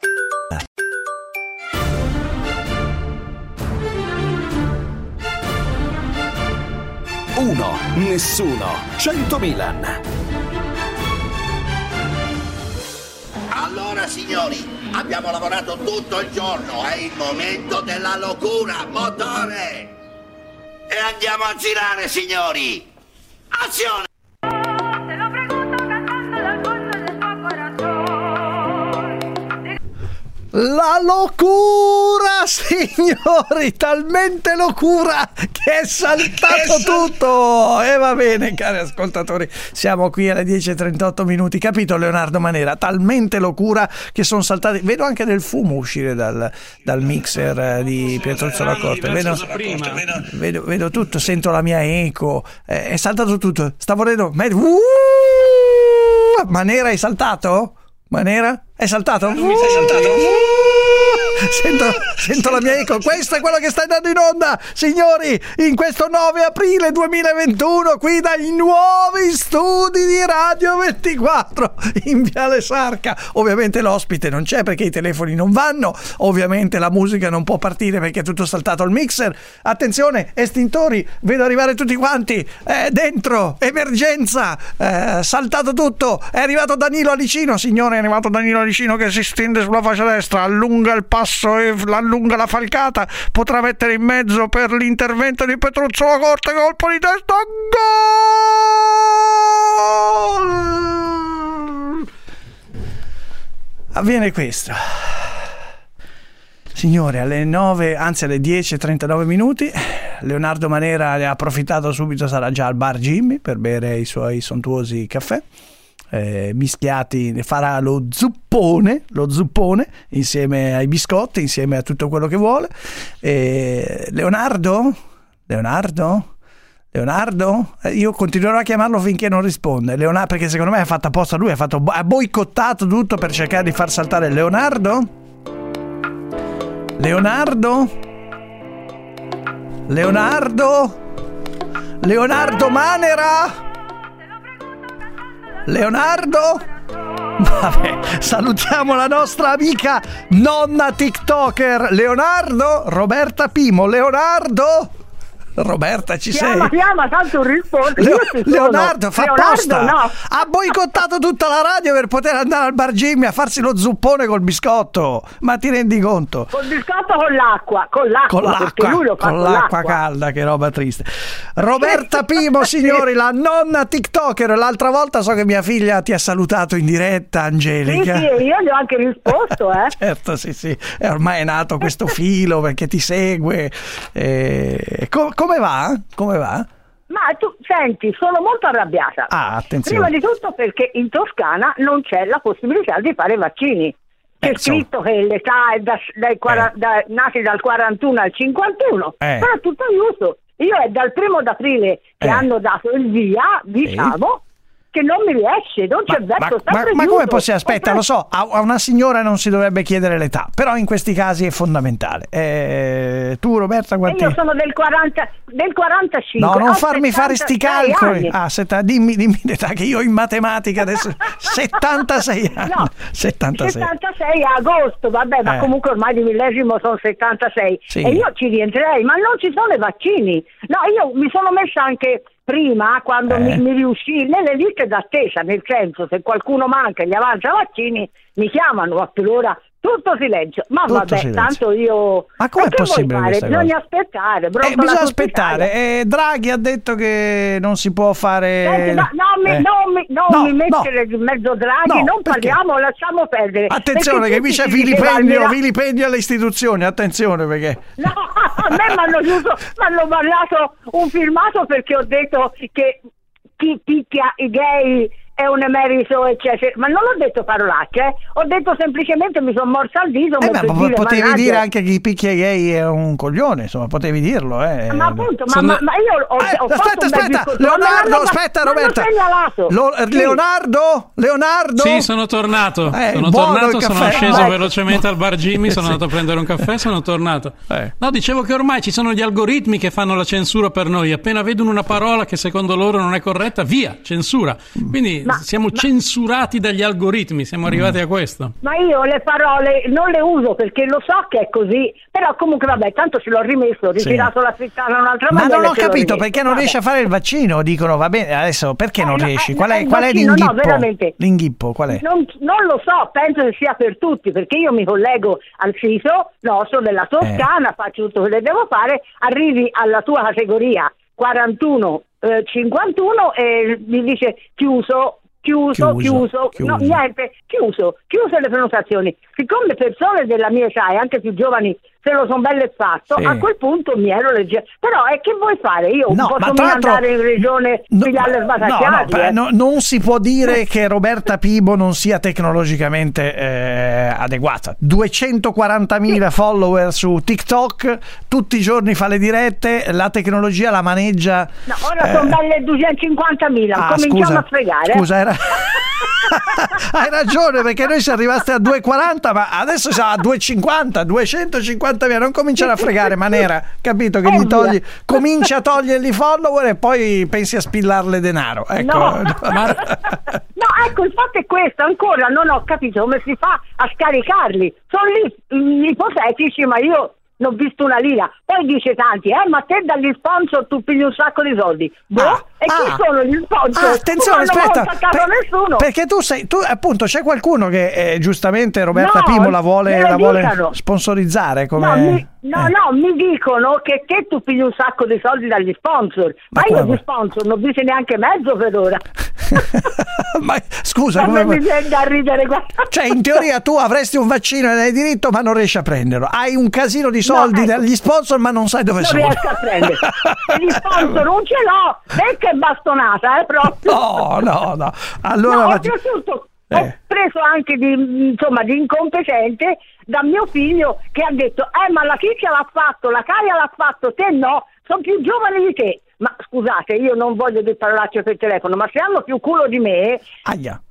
C: Uno, nessuno, 100 Milan.
N: Allora signori, abbiamo lavorato tutto il giorno, è il momento della locura, motore! E andiamo a girare signori! Azione!
D: La locura, signori, talmente locura che è saltato tutto. E va bene, cari ascoltatori, siamo qui alle 10:38 minuti. Capito, Leonardo Manera? Talmente locura che sono saltati. Vedo anche del fumo uscire dal mixer di Pietro Zolacorte. Vedo tutto, sento la mia eco. È saltato tutto. Stavo vedendo. Manera, hai saltato? Manera? È saltato?
N: Non mi sei saltato?
D: Sento la mia eco. Questo è quello che sta andando in onda, signori, in questo 9 aprile 2021, qui dai nuovi studi di Radio 24 in Viale Sarca. Ovviamente l'ospite non c'è perché i telefoni non vanno, ovviamente la musica non può partire perché è tutto saltato al mixer. Attenzione, estintori, vedo arrivare tutti quanti dentro, emergenza, saltato tutto. È arrivato Danilo Alicino, signore, è arrivato Danilo Alicino che si stende sulla fascia destra, allunga il passo e allunga la falcata, potrà mettere in mezzo per l'intervento di Petruzzo la Corte, colpo di testa, gol! Avviene questo, signore, alle 9, anzi alle 10:39 minuti. Leonardo Manera ne ha approfittato subito, sarà già al bar Jimmy per bere i suoi sontuosi caffè mischiati, farà lo zuppone insieme ai biscotti, insieme a tutto quello che vuole. Leonardo? Io continuerò a chiamarlo finché non risponde. Leonardo, perché secondo me ha fatto apposta lui, ha boicottato tutto per cercare di far saltare Leonardo Manera. Leonardo? Vabbè, salutiamo la nostra amica nonna TikToker Leonardo, Roberta Pimo. Leonardo? Roberta, ci sei?
M: Chiama, tanto rispondi.
D: Leonardo fa apposta.
M: No.
D: Ha boicottato tutta la radio per poter andare al bar Jimmy a farsi lo zuppone col biscotto. Ma ti rendi conto?
M: Col biscotto con l'acqua, perché lui lo fa
D: con l'acqua calda, che roba triste. Roberta Pimo, signori, la nonna TikToker. L'altra volta so che mia figlia ti ha salutato in diretta, Angelica.
M: Sì, io gli ho anche risposto,
D: Certo, sì. E ormai è nato questo filo perché ti segue. Come va?
M: Ma tu senti, sono molto arrabbiata.
D: Attenzione.
M: Prima di tutto perché in Toscana non c'è la possibilità di fare vaccini. C'è scritto che l'età è nati dal 41 al 51, però è tutto giusto. Io è dal 1° aprile che hanno dato il via, diciamo, che non mi riesce, non c'è verso.
D: Ma come possiamo? Aspetta, lo so, a una signora non si dovrebbe chiedere l'età, però in questi casi è fondamentale. Tu, Roberta, quanti?
M: Io sono del 45.
D: No, non farmi fare sti calcoli. Dimmi l'età, che io in matematica adesso 76 anni.
M: No,
D: 76
M: a agosto, vabbè, ma comunque ormai di millesimo sono 76.
D: Sì.
M: E io ci rientrerei, ma non ci sono i vaccini. No, io mi sono messa anche prima, quando mi riuscì, nelle liste d'attesa, nel senso, se qualcuno manca e gli avanza vaccini, mi chiamano, ma per ora tutto silenzio. Ma
D: tutto
M: vabbè,
D: silenzio.
M: Tanto io...
D: Ma com'è possibile questa cosa?
M: Bisogna aspettare.
D: Bisogna aspettare. Draghi ha detto che non si può fare...
M: Senti, non mi mettere in mezzo Draghi, non parliamo, lasciamo perdere.
D: Attenzione, che qui c'è vilipendio alle istituzioni, attenzione perché...
M: No, a me m'hanno mandato un filmato perché ho detto che chi picchia i gay è un emerito, eccetera, ma non ho detto parolacce, ho detto semplicemente mi sono morsa al viso.
D: Ma potevi dire anche che chi picchia i gay è un coglione, insomma, potevi dirlo.
M: Ma appunto, ma io ho fatto
D: aspetta, Leonardo, aspetta, Roberta. Leonardo?
S: Sì, sono tornato. Sono sceso velocemente al bar Jimmy, sono andato a prendere un caffè, sono tornato. No, dicevo che ormai ci sono gli algoritmi che fanno la censura per noi, appena vedono una parola che secondo loro non è corretta, via, censura. Quindi siamo censurati dagli algoritmi, siamo arrivati a questo.
M: Ma io le parole non le uso perché lo so che è così, però comunque vabbè, tanto ce l'ho rimesso, ho ritirato la frittata in un'altra maniera.
D: Ma non ho capito perché non riesci a fare il vaccino, dicono va bene, adesso perché non riesci? Qual è l'inghippo?
M: No, veramente.
D: L'inghippo qual è?
M: Non lo so, penso che sia per tutti, perché io mi collego al sito nostro della Toscana, faccio tutto quello che devo fare, arrivi alla tua categoria 41 51 e mi dice chiuso, no, niente, chiuso le prenotazioni. Siccome persone della mia età e anche più giovani se lo sono belle fatto, a quel punto mi ero leggero. Però che vuoi fare? Io posso andare in regione pigliare sbatacchiati.
D: Non si può dire che Roberta Pimo non sia tecnologicamente adeguata. 240.000 follower su TikTok, tutti i giorni fa le dirette, la tecnologia la maneggia.
M: No, ora sono belle 250.000, cominciamo a fregare.
D: Scusa, hai ragione, perché noi siamo arrivati a 2,40, ma adesso siamo a 2,50, 250.000. Non cominciare a fregare, Manera, capito? Che cominci a togliergli follower e poi pensi a spillarle denaro. Ecco.
M: No, ecco, il fatto è questo, ancora non ho capito come si fa a scaricarli. Sono lì ipotetici, ma io non ho visto una lira. Poi dice tanti, ma te dagli sponsor tu pigli un sacco di soldi. E chi sono gli sponsor?
D: Attenzione, aspetta,
M: nessuno.
D: Perché tu appunto c'è qualcuno che giustamente Roberta Pimo la vuole sponsorizzare come...
M: No, mi dicono che tu pigli un sacco di soldi dagli sponsor, ma io di sponsor non dice neanche mezzo per ora.
D: Ma scusa,
M: come mi sento a ridere,
D: cioè in teoria tu avresti un vaccino e ne hai diritto, ma non riesci a prenderlo. Hai un casino di soldi dagli sponsor, ma non sai dove sono.
M: Non riesco a prendere. E gli sponsor non ce l'ho, perché bastonata, proprio.
D: No. Allora
M: ho preso anche di incompetente da mio figlio che ha detto ma la chiccia l'ha fatto, la caria l'ha fatto, te no, sono più giovane di te. Ma scusate, io non voglio dire parolacce per telefono, ma se hanno più culo di me,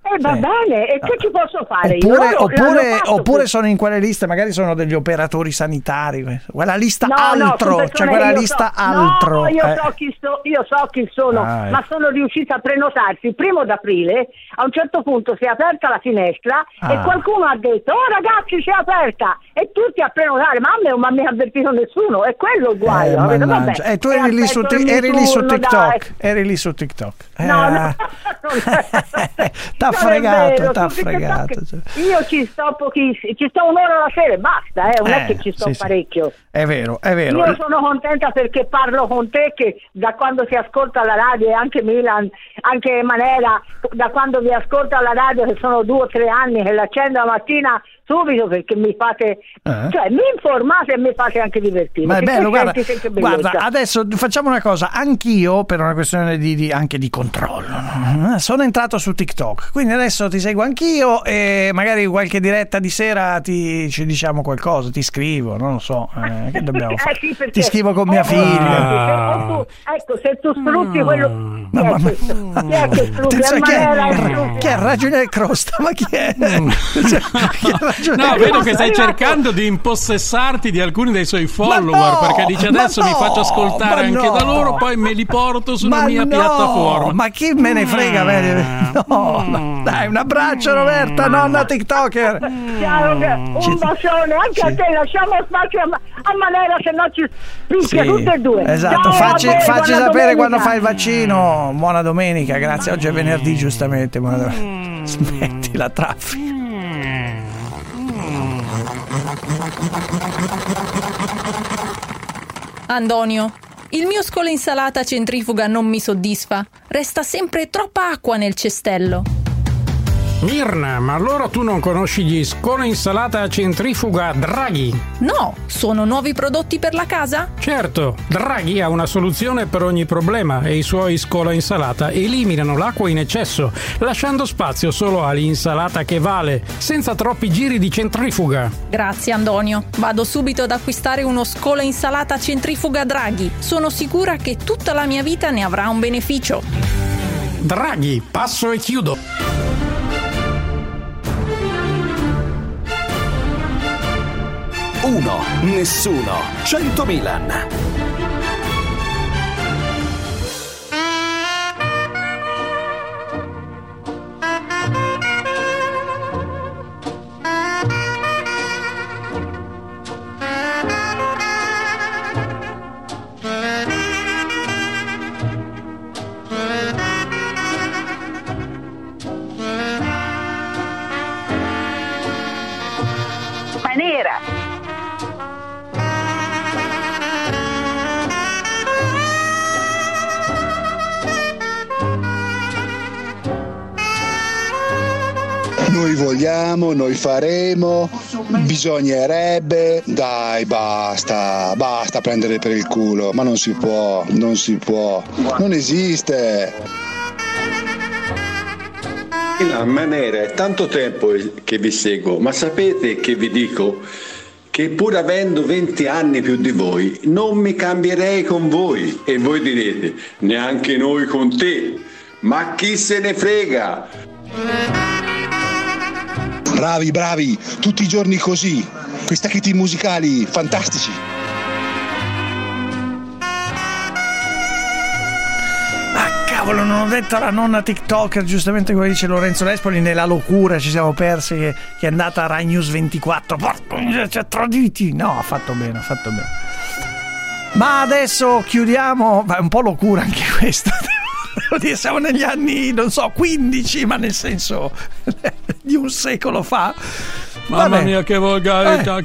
M: va bene, e che ci posso fare?
D: Oppure sono in quelle liste, magari sono degli operatori sanitari, quella lista altro, altro.
M: No, io so chi sono, ma sono riuscita a prenotarsi il 1° aprile. A un certo punto si è aperta la finestra e qualcuno ha detto: oh ragazzi, si è aperta, e tutti a prenotare, ma non mi ha avvertito nessuno, è quello il guaio.
D: Tu eri lì su TikTok, eri lì su TikTok.
M: No.
D: T'ha fregato.
M: Io ci sto pochissimo, ci sto un'ora alla sera e basta, non è che ci sto parecchio.
D: È vero.
M: Io sono contenta perché parlo con te, che da quando si ascolta la radio, e anche Milan, anche Manera, da quando vi ascolto alla radio, che sono 2 o 3 anni che l'accendo la mattina subito, perché mi fate, cioè mi informate e mi fate anche divertire.
D: Ma è bello, guarda, adesso facciamo una cosa, anch'io per una questione anche di controllo, sono entrato su TikTok, quindi adesso ti seguo anch'io e magari qualche diretta di sera ci diciamo qualcosa, ti scrivo, non lo so, che dobbiamo fare?
M: Sì,
D: ti scrivo con mia figlia.
M: Se tu sfrutti quello, chi è che sfrutti?
D: Chi è Ragione Crosta? Ma chi è?
S: No, vedo che stai cercando di impossessarti di alcuni dei suoi follower, perché dice adesso mi faccio ascoltare anche da loro, poi me li porto sulla mia piattaforma.
D: Ma chi me ne frega? No. Dai, un abbraccio Roberta, nonna TikToker.
M: Un bacione anche a te, lasciamo spazio a Manera, se no ci picchia tutte e due.
D: Esatto, facci sapere domenica. Quando fai il vaccino. Buona domenica, grazie. Oggi è venerdì, giustamente. Smetti la traffica.
O: Antonio, il mio scola insalata centrifuga non mi soddisfa. Resta sempre troppa acqua nel cestello.
P: Mirna, ma allora tu non conosci gli scola insalata centrifuga Draghi?
O: No, sono nuovi prodotti per la casa?
P: Certo, Draghi ha una soluzione per ogni problema e i suoi scola insalata eliminano l'acqua in eccesso, lasciando spazio solo all'insalata che vale, senza troppi giri di centrifuga.
O: Grazie Antonio, vado subito ad acquistare uno scola insalata centrifuga Draghi. Sono sicura che tutta la mia vita ne avrà un beneficio.
P: Draghi, passo e chiudo.
C: 1, nessuno, 100 Milan.
M: Manera.
Q: Noi vogliamo, noi faremo, bisognerebbe, dai basta prendere per il culo, ma non si può, non esiste.
X: Manera, è tanto tempo che vi seguo, ma sapete che vi dico? Che pur avendo 20 anni più di voi, non mi cambierei con voi. E voi direte, neanche noi con te, ma chi se ne frega?
Q: Bravi, tutti i giorni così, quei stacchetti musicali fantastici.
D: Cavolo, non ho detto alla nonna TikToker, giustamente come dice Lorenzo Nespoli, nella locura ci siamo persi che è andata a Rai News 24. C'è traditi. No, ha fatto bene. Ma adesso chiudiamo, è un po' locura anche questa. Siamo negli anni, non so, 15, ma nel senso di un secolo fa.
S: Mamma mia, che volgarità,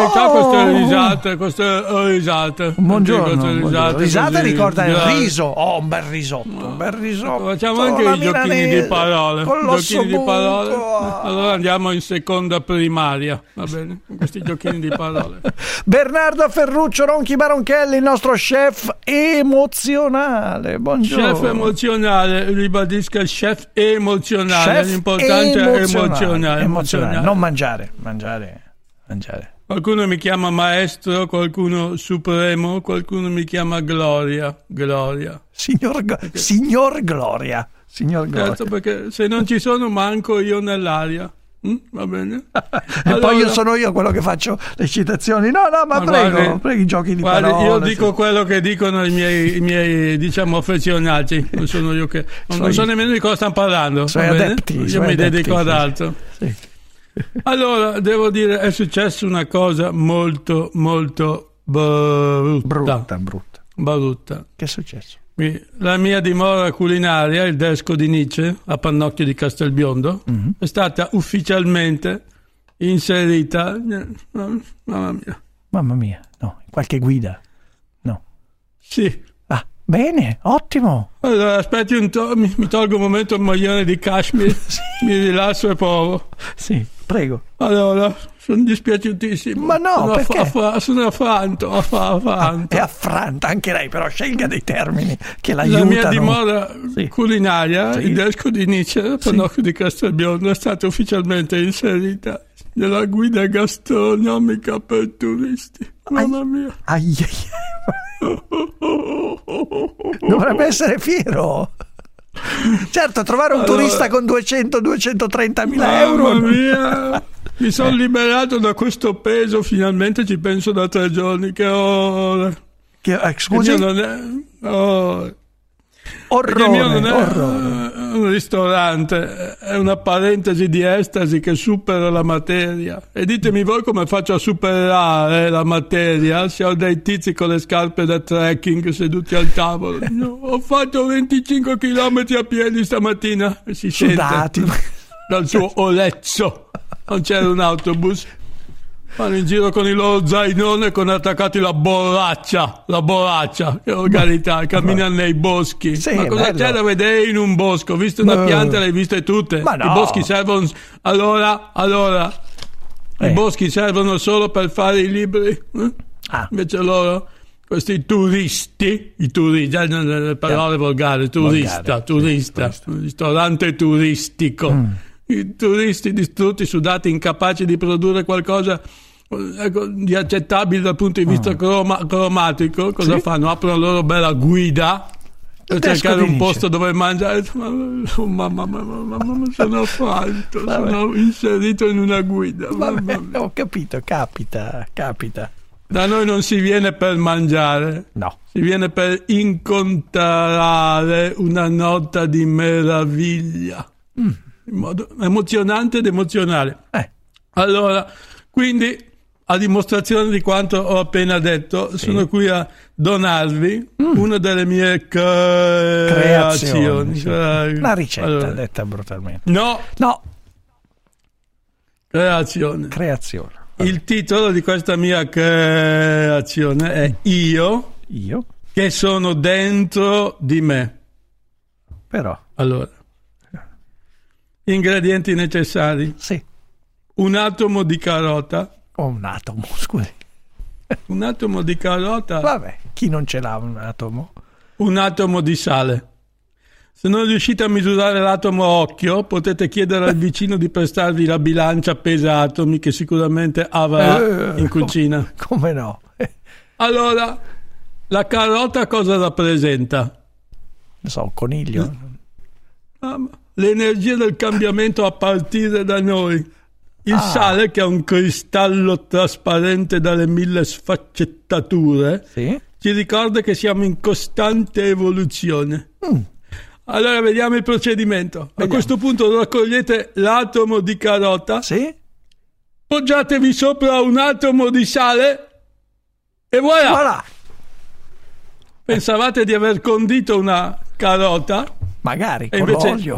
S: queste risate.
D: Buongiorno. Risate ricorda il riso. Un bel risotto.
S: Facciamo anche i giochini di parole. Allora andiamo in seconda primaria, va bene? Con questi giochini di parole.
D: Bernardo Ferruccio Ronchi Baronchelli, il nostro chef emozionale. Buongiorno.
S: Chef emozionale, ribadisca il chef emozionale. L'importante è emozionale.
D: Non mangiare.
B: Qualcuno mi chiama maestro, qualcuno supremo, qualcuno mi chiama Gloria.
D: Signor Gloria.
B: Certo, perché se non ci sono manco io nell'aria. Va bene?
D: E poi sono io quello che faccio le citazioni. No, ma prego, i giochi di parole.
B: Io dico quello che dicono i miei diciamo affezionati. Non sono io che non so nemmeno di cosa stanno parlando. Io mi dedico ad altro. Sì. Allora, devo dire, è successa una cosa molto molto brutta.
D: Che è successo?
B: La mia dimora culinaria, il Desco di Nice, a Pannocchio di Castelbiondo, è stata ufficialmente inserita.
D: Mamma mia, no, in qualche guida? No.
B: Sì.
D: Ah, bene, ottimo.
B: Allora, aspetti mi tolgo un momento il maglione di cashmere, mi rilasso e provo.
D: Sì, prego.
B: Allora, sono dispiaciutissimo.
D: Ma no, perché?
B: Sono affranto.
D: È affranta anche lei, però scelga dei termini che l'aiutano.
B: La mia dimora culinaria, il Desco di Nice, Pannocchio di Castelbiondo, è stata ufficialmente inserita nella guida gastronomica per turisti. Mamma mia.
D: Dovrebbe essere fiero. Certo, trovare un turista con 200-230 mila euro.
B: Mamma mia. Mi sono liberato da questo peso, finalmente ci penso da 3 giorni. Che ora.
D: Scusi?
B: Perché il mio non è un ristorante, è una parentesi di estasi che supera la materia. E ditemi voi come faccio a superare la materia se ho dei tizi con le scarpe da trekking seduti al tavolo. No, ho fatto 25 chilometri a piedi stamattina e si
D: sudati
B: sente dal suo olezzo. Non c'era un autobus, vanno in giro con il loro zainone con attaccati la borraccia, che organità, camminano nei boschi.
D: Sì,
B: ma cosa c'è da vedere in un bosco? Visto una pianta, le hai viste tutte.
D: Ma no.
B: I boschi servono allora i boschi servono solo per fare i libri. Invece loro, questi turisti, le parole volgari, turista, ristorante turistico. I turisti distrutti, sudati, incapaci di produrre qualcosa di accettabile dal punto di vista cromatico, cosa fanno? Aprono la loro bella guida per cercare un posto dove mangiare. Mamma, sono affranto, sono inserito in una guida.
D: Vabbè, ho capito, capita.
B: Da noi non si viene per mangiare,
D: no,
B: si viene per incontrare una nota di meraviglia. In modo emozionante ed emozionale. Allora, quindi, a dimostrazione di quanto ho appena detto, sono qui a donarvi una delle mie creazioni.
D: La ricetta, detta brutalmente.
B: No. Creazione. Il titolo di questa mia creazione è Io che sono dentro di me.
D: Però.
B: Allora, ingredienti necessari.
D: Sì.
B: Un atomo di carota.
D: Un atomo, scusi.
B: Un atomo di carota.
D: Vabbè, chi non ce l'ha un atomo?
B: Un atomo di sale. Se non riuscite a misurare l'atomo a occhio, potete chiedere al vicino di prestarvi la bilancia pesa atomi che sicuramente avrà in cucina.
D: Come no?
B: Allora, la carota cosa rappresenta?
D: Non so, un coniglio.
B: L'energia del cambiamento a partire da noi. Il sale, che è un cristallo trasparente dalle 1000 sfaccettature, ci ricorda che siamo in costante evoluzione. Allora vediamo il procedimento. A questo punto raccogliete l'atomo di carota, poggiatevi sopra un atomo di sale e voilà! Pensavate di aver condito una carota?
D: Magari con l'olio.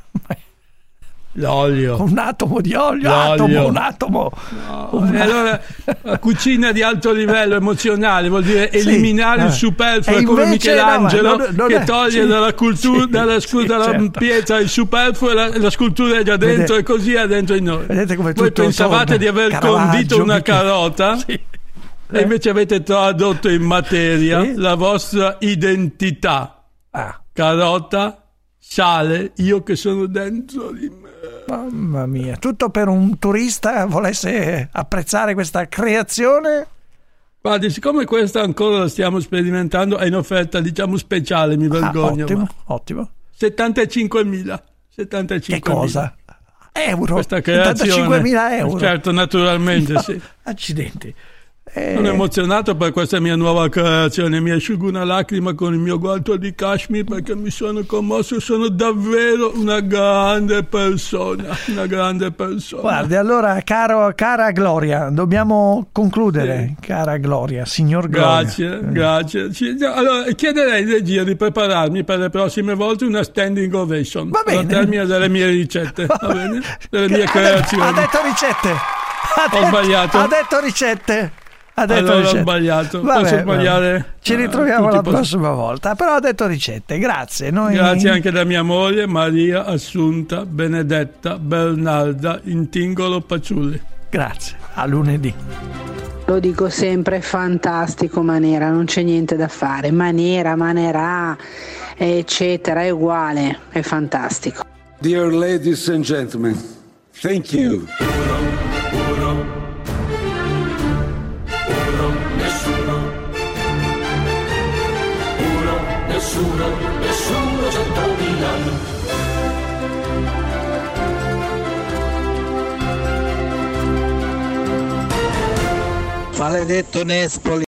B: L'olio.
D: Un atomo di olio, un atomo.
B: E allora la cucina di alto livello emozionale vuol dire eliminare il superfluo, è come Michelangelo che toglie dalla pietra il superfluo e la scultura è già dentro e così è dentro di noi. Voi pensavate di aver condito una carota e invece avete tradotto in materia la vostra identità. Carota, sale, io che sono dentro di me.
D: Mamma mia, tutto per un turista volesse apprezzare questa creazione?
B: Guardi, siccome questa ancora la stiamo sperimentando, è in offerta, diciamo, speciale, mi vergogno.
D: Ottimo.
B: 75.000.
D: Che cosa? Euro?
B: Questa creazione.
D: 75.000 euro?
B: Certo, naturalmente,
D: no,
B: sì.
D: Accidenti.
B: Sono emozionato per questa mia nuova creazione, mi asciugo una lacrima con il mio guanto di cashmere perché mi sono commosso, sono davvero una grande persona.
D: Guardi, allora, cara Gloria, dobbiamo concludere, sì. Cara Gloria, signor Gloria.
B: Grazie. Allora, chiederei in regia di prepararmi per le prossime volte una standing ovation.
D: Va bene.
B: Al termine delle mie ricette, va bene? Delle mie creazioni.
D: Ha detto ricette.
B: Ho sbagliato.
D: Ha detto ricette.
B: Ho sbagliato. Posso sbagliare?
D: Ci ritroviamo la prossima volta. Però ha detto ricette. Grazie.
B: Grazie anche da mia moglie Maria Assunta Benedetta Bernarda Intingolo Paciulli.
D: Grazie. A lunedì.
F: Lo dico sempre, fantastico Manera, non c'è niente da fare. Manera, eccetera, è uguale, è fantastico.
X: Dear ladies and gentlemen, thank you.
L: Nessuno 100.000.
H: Maledetto Nespoli.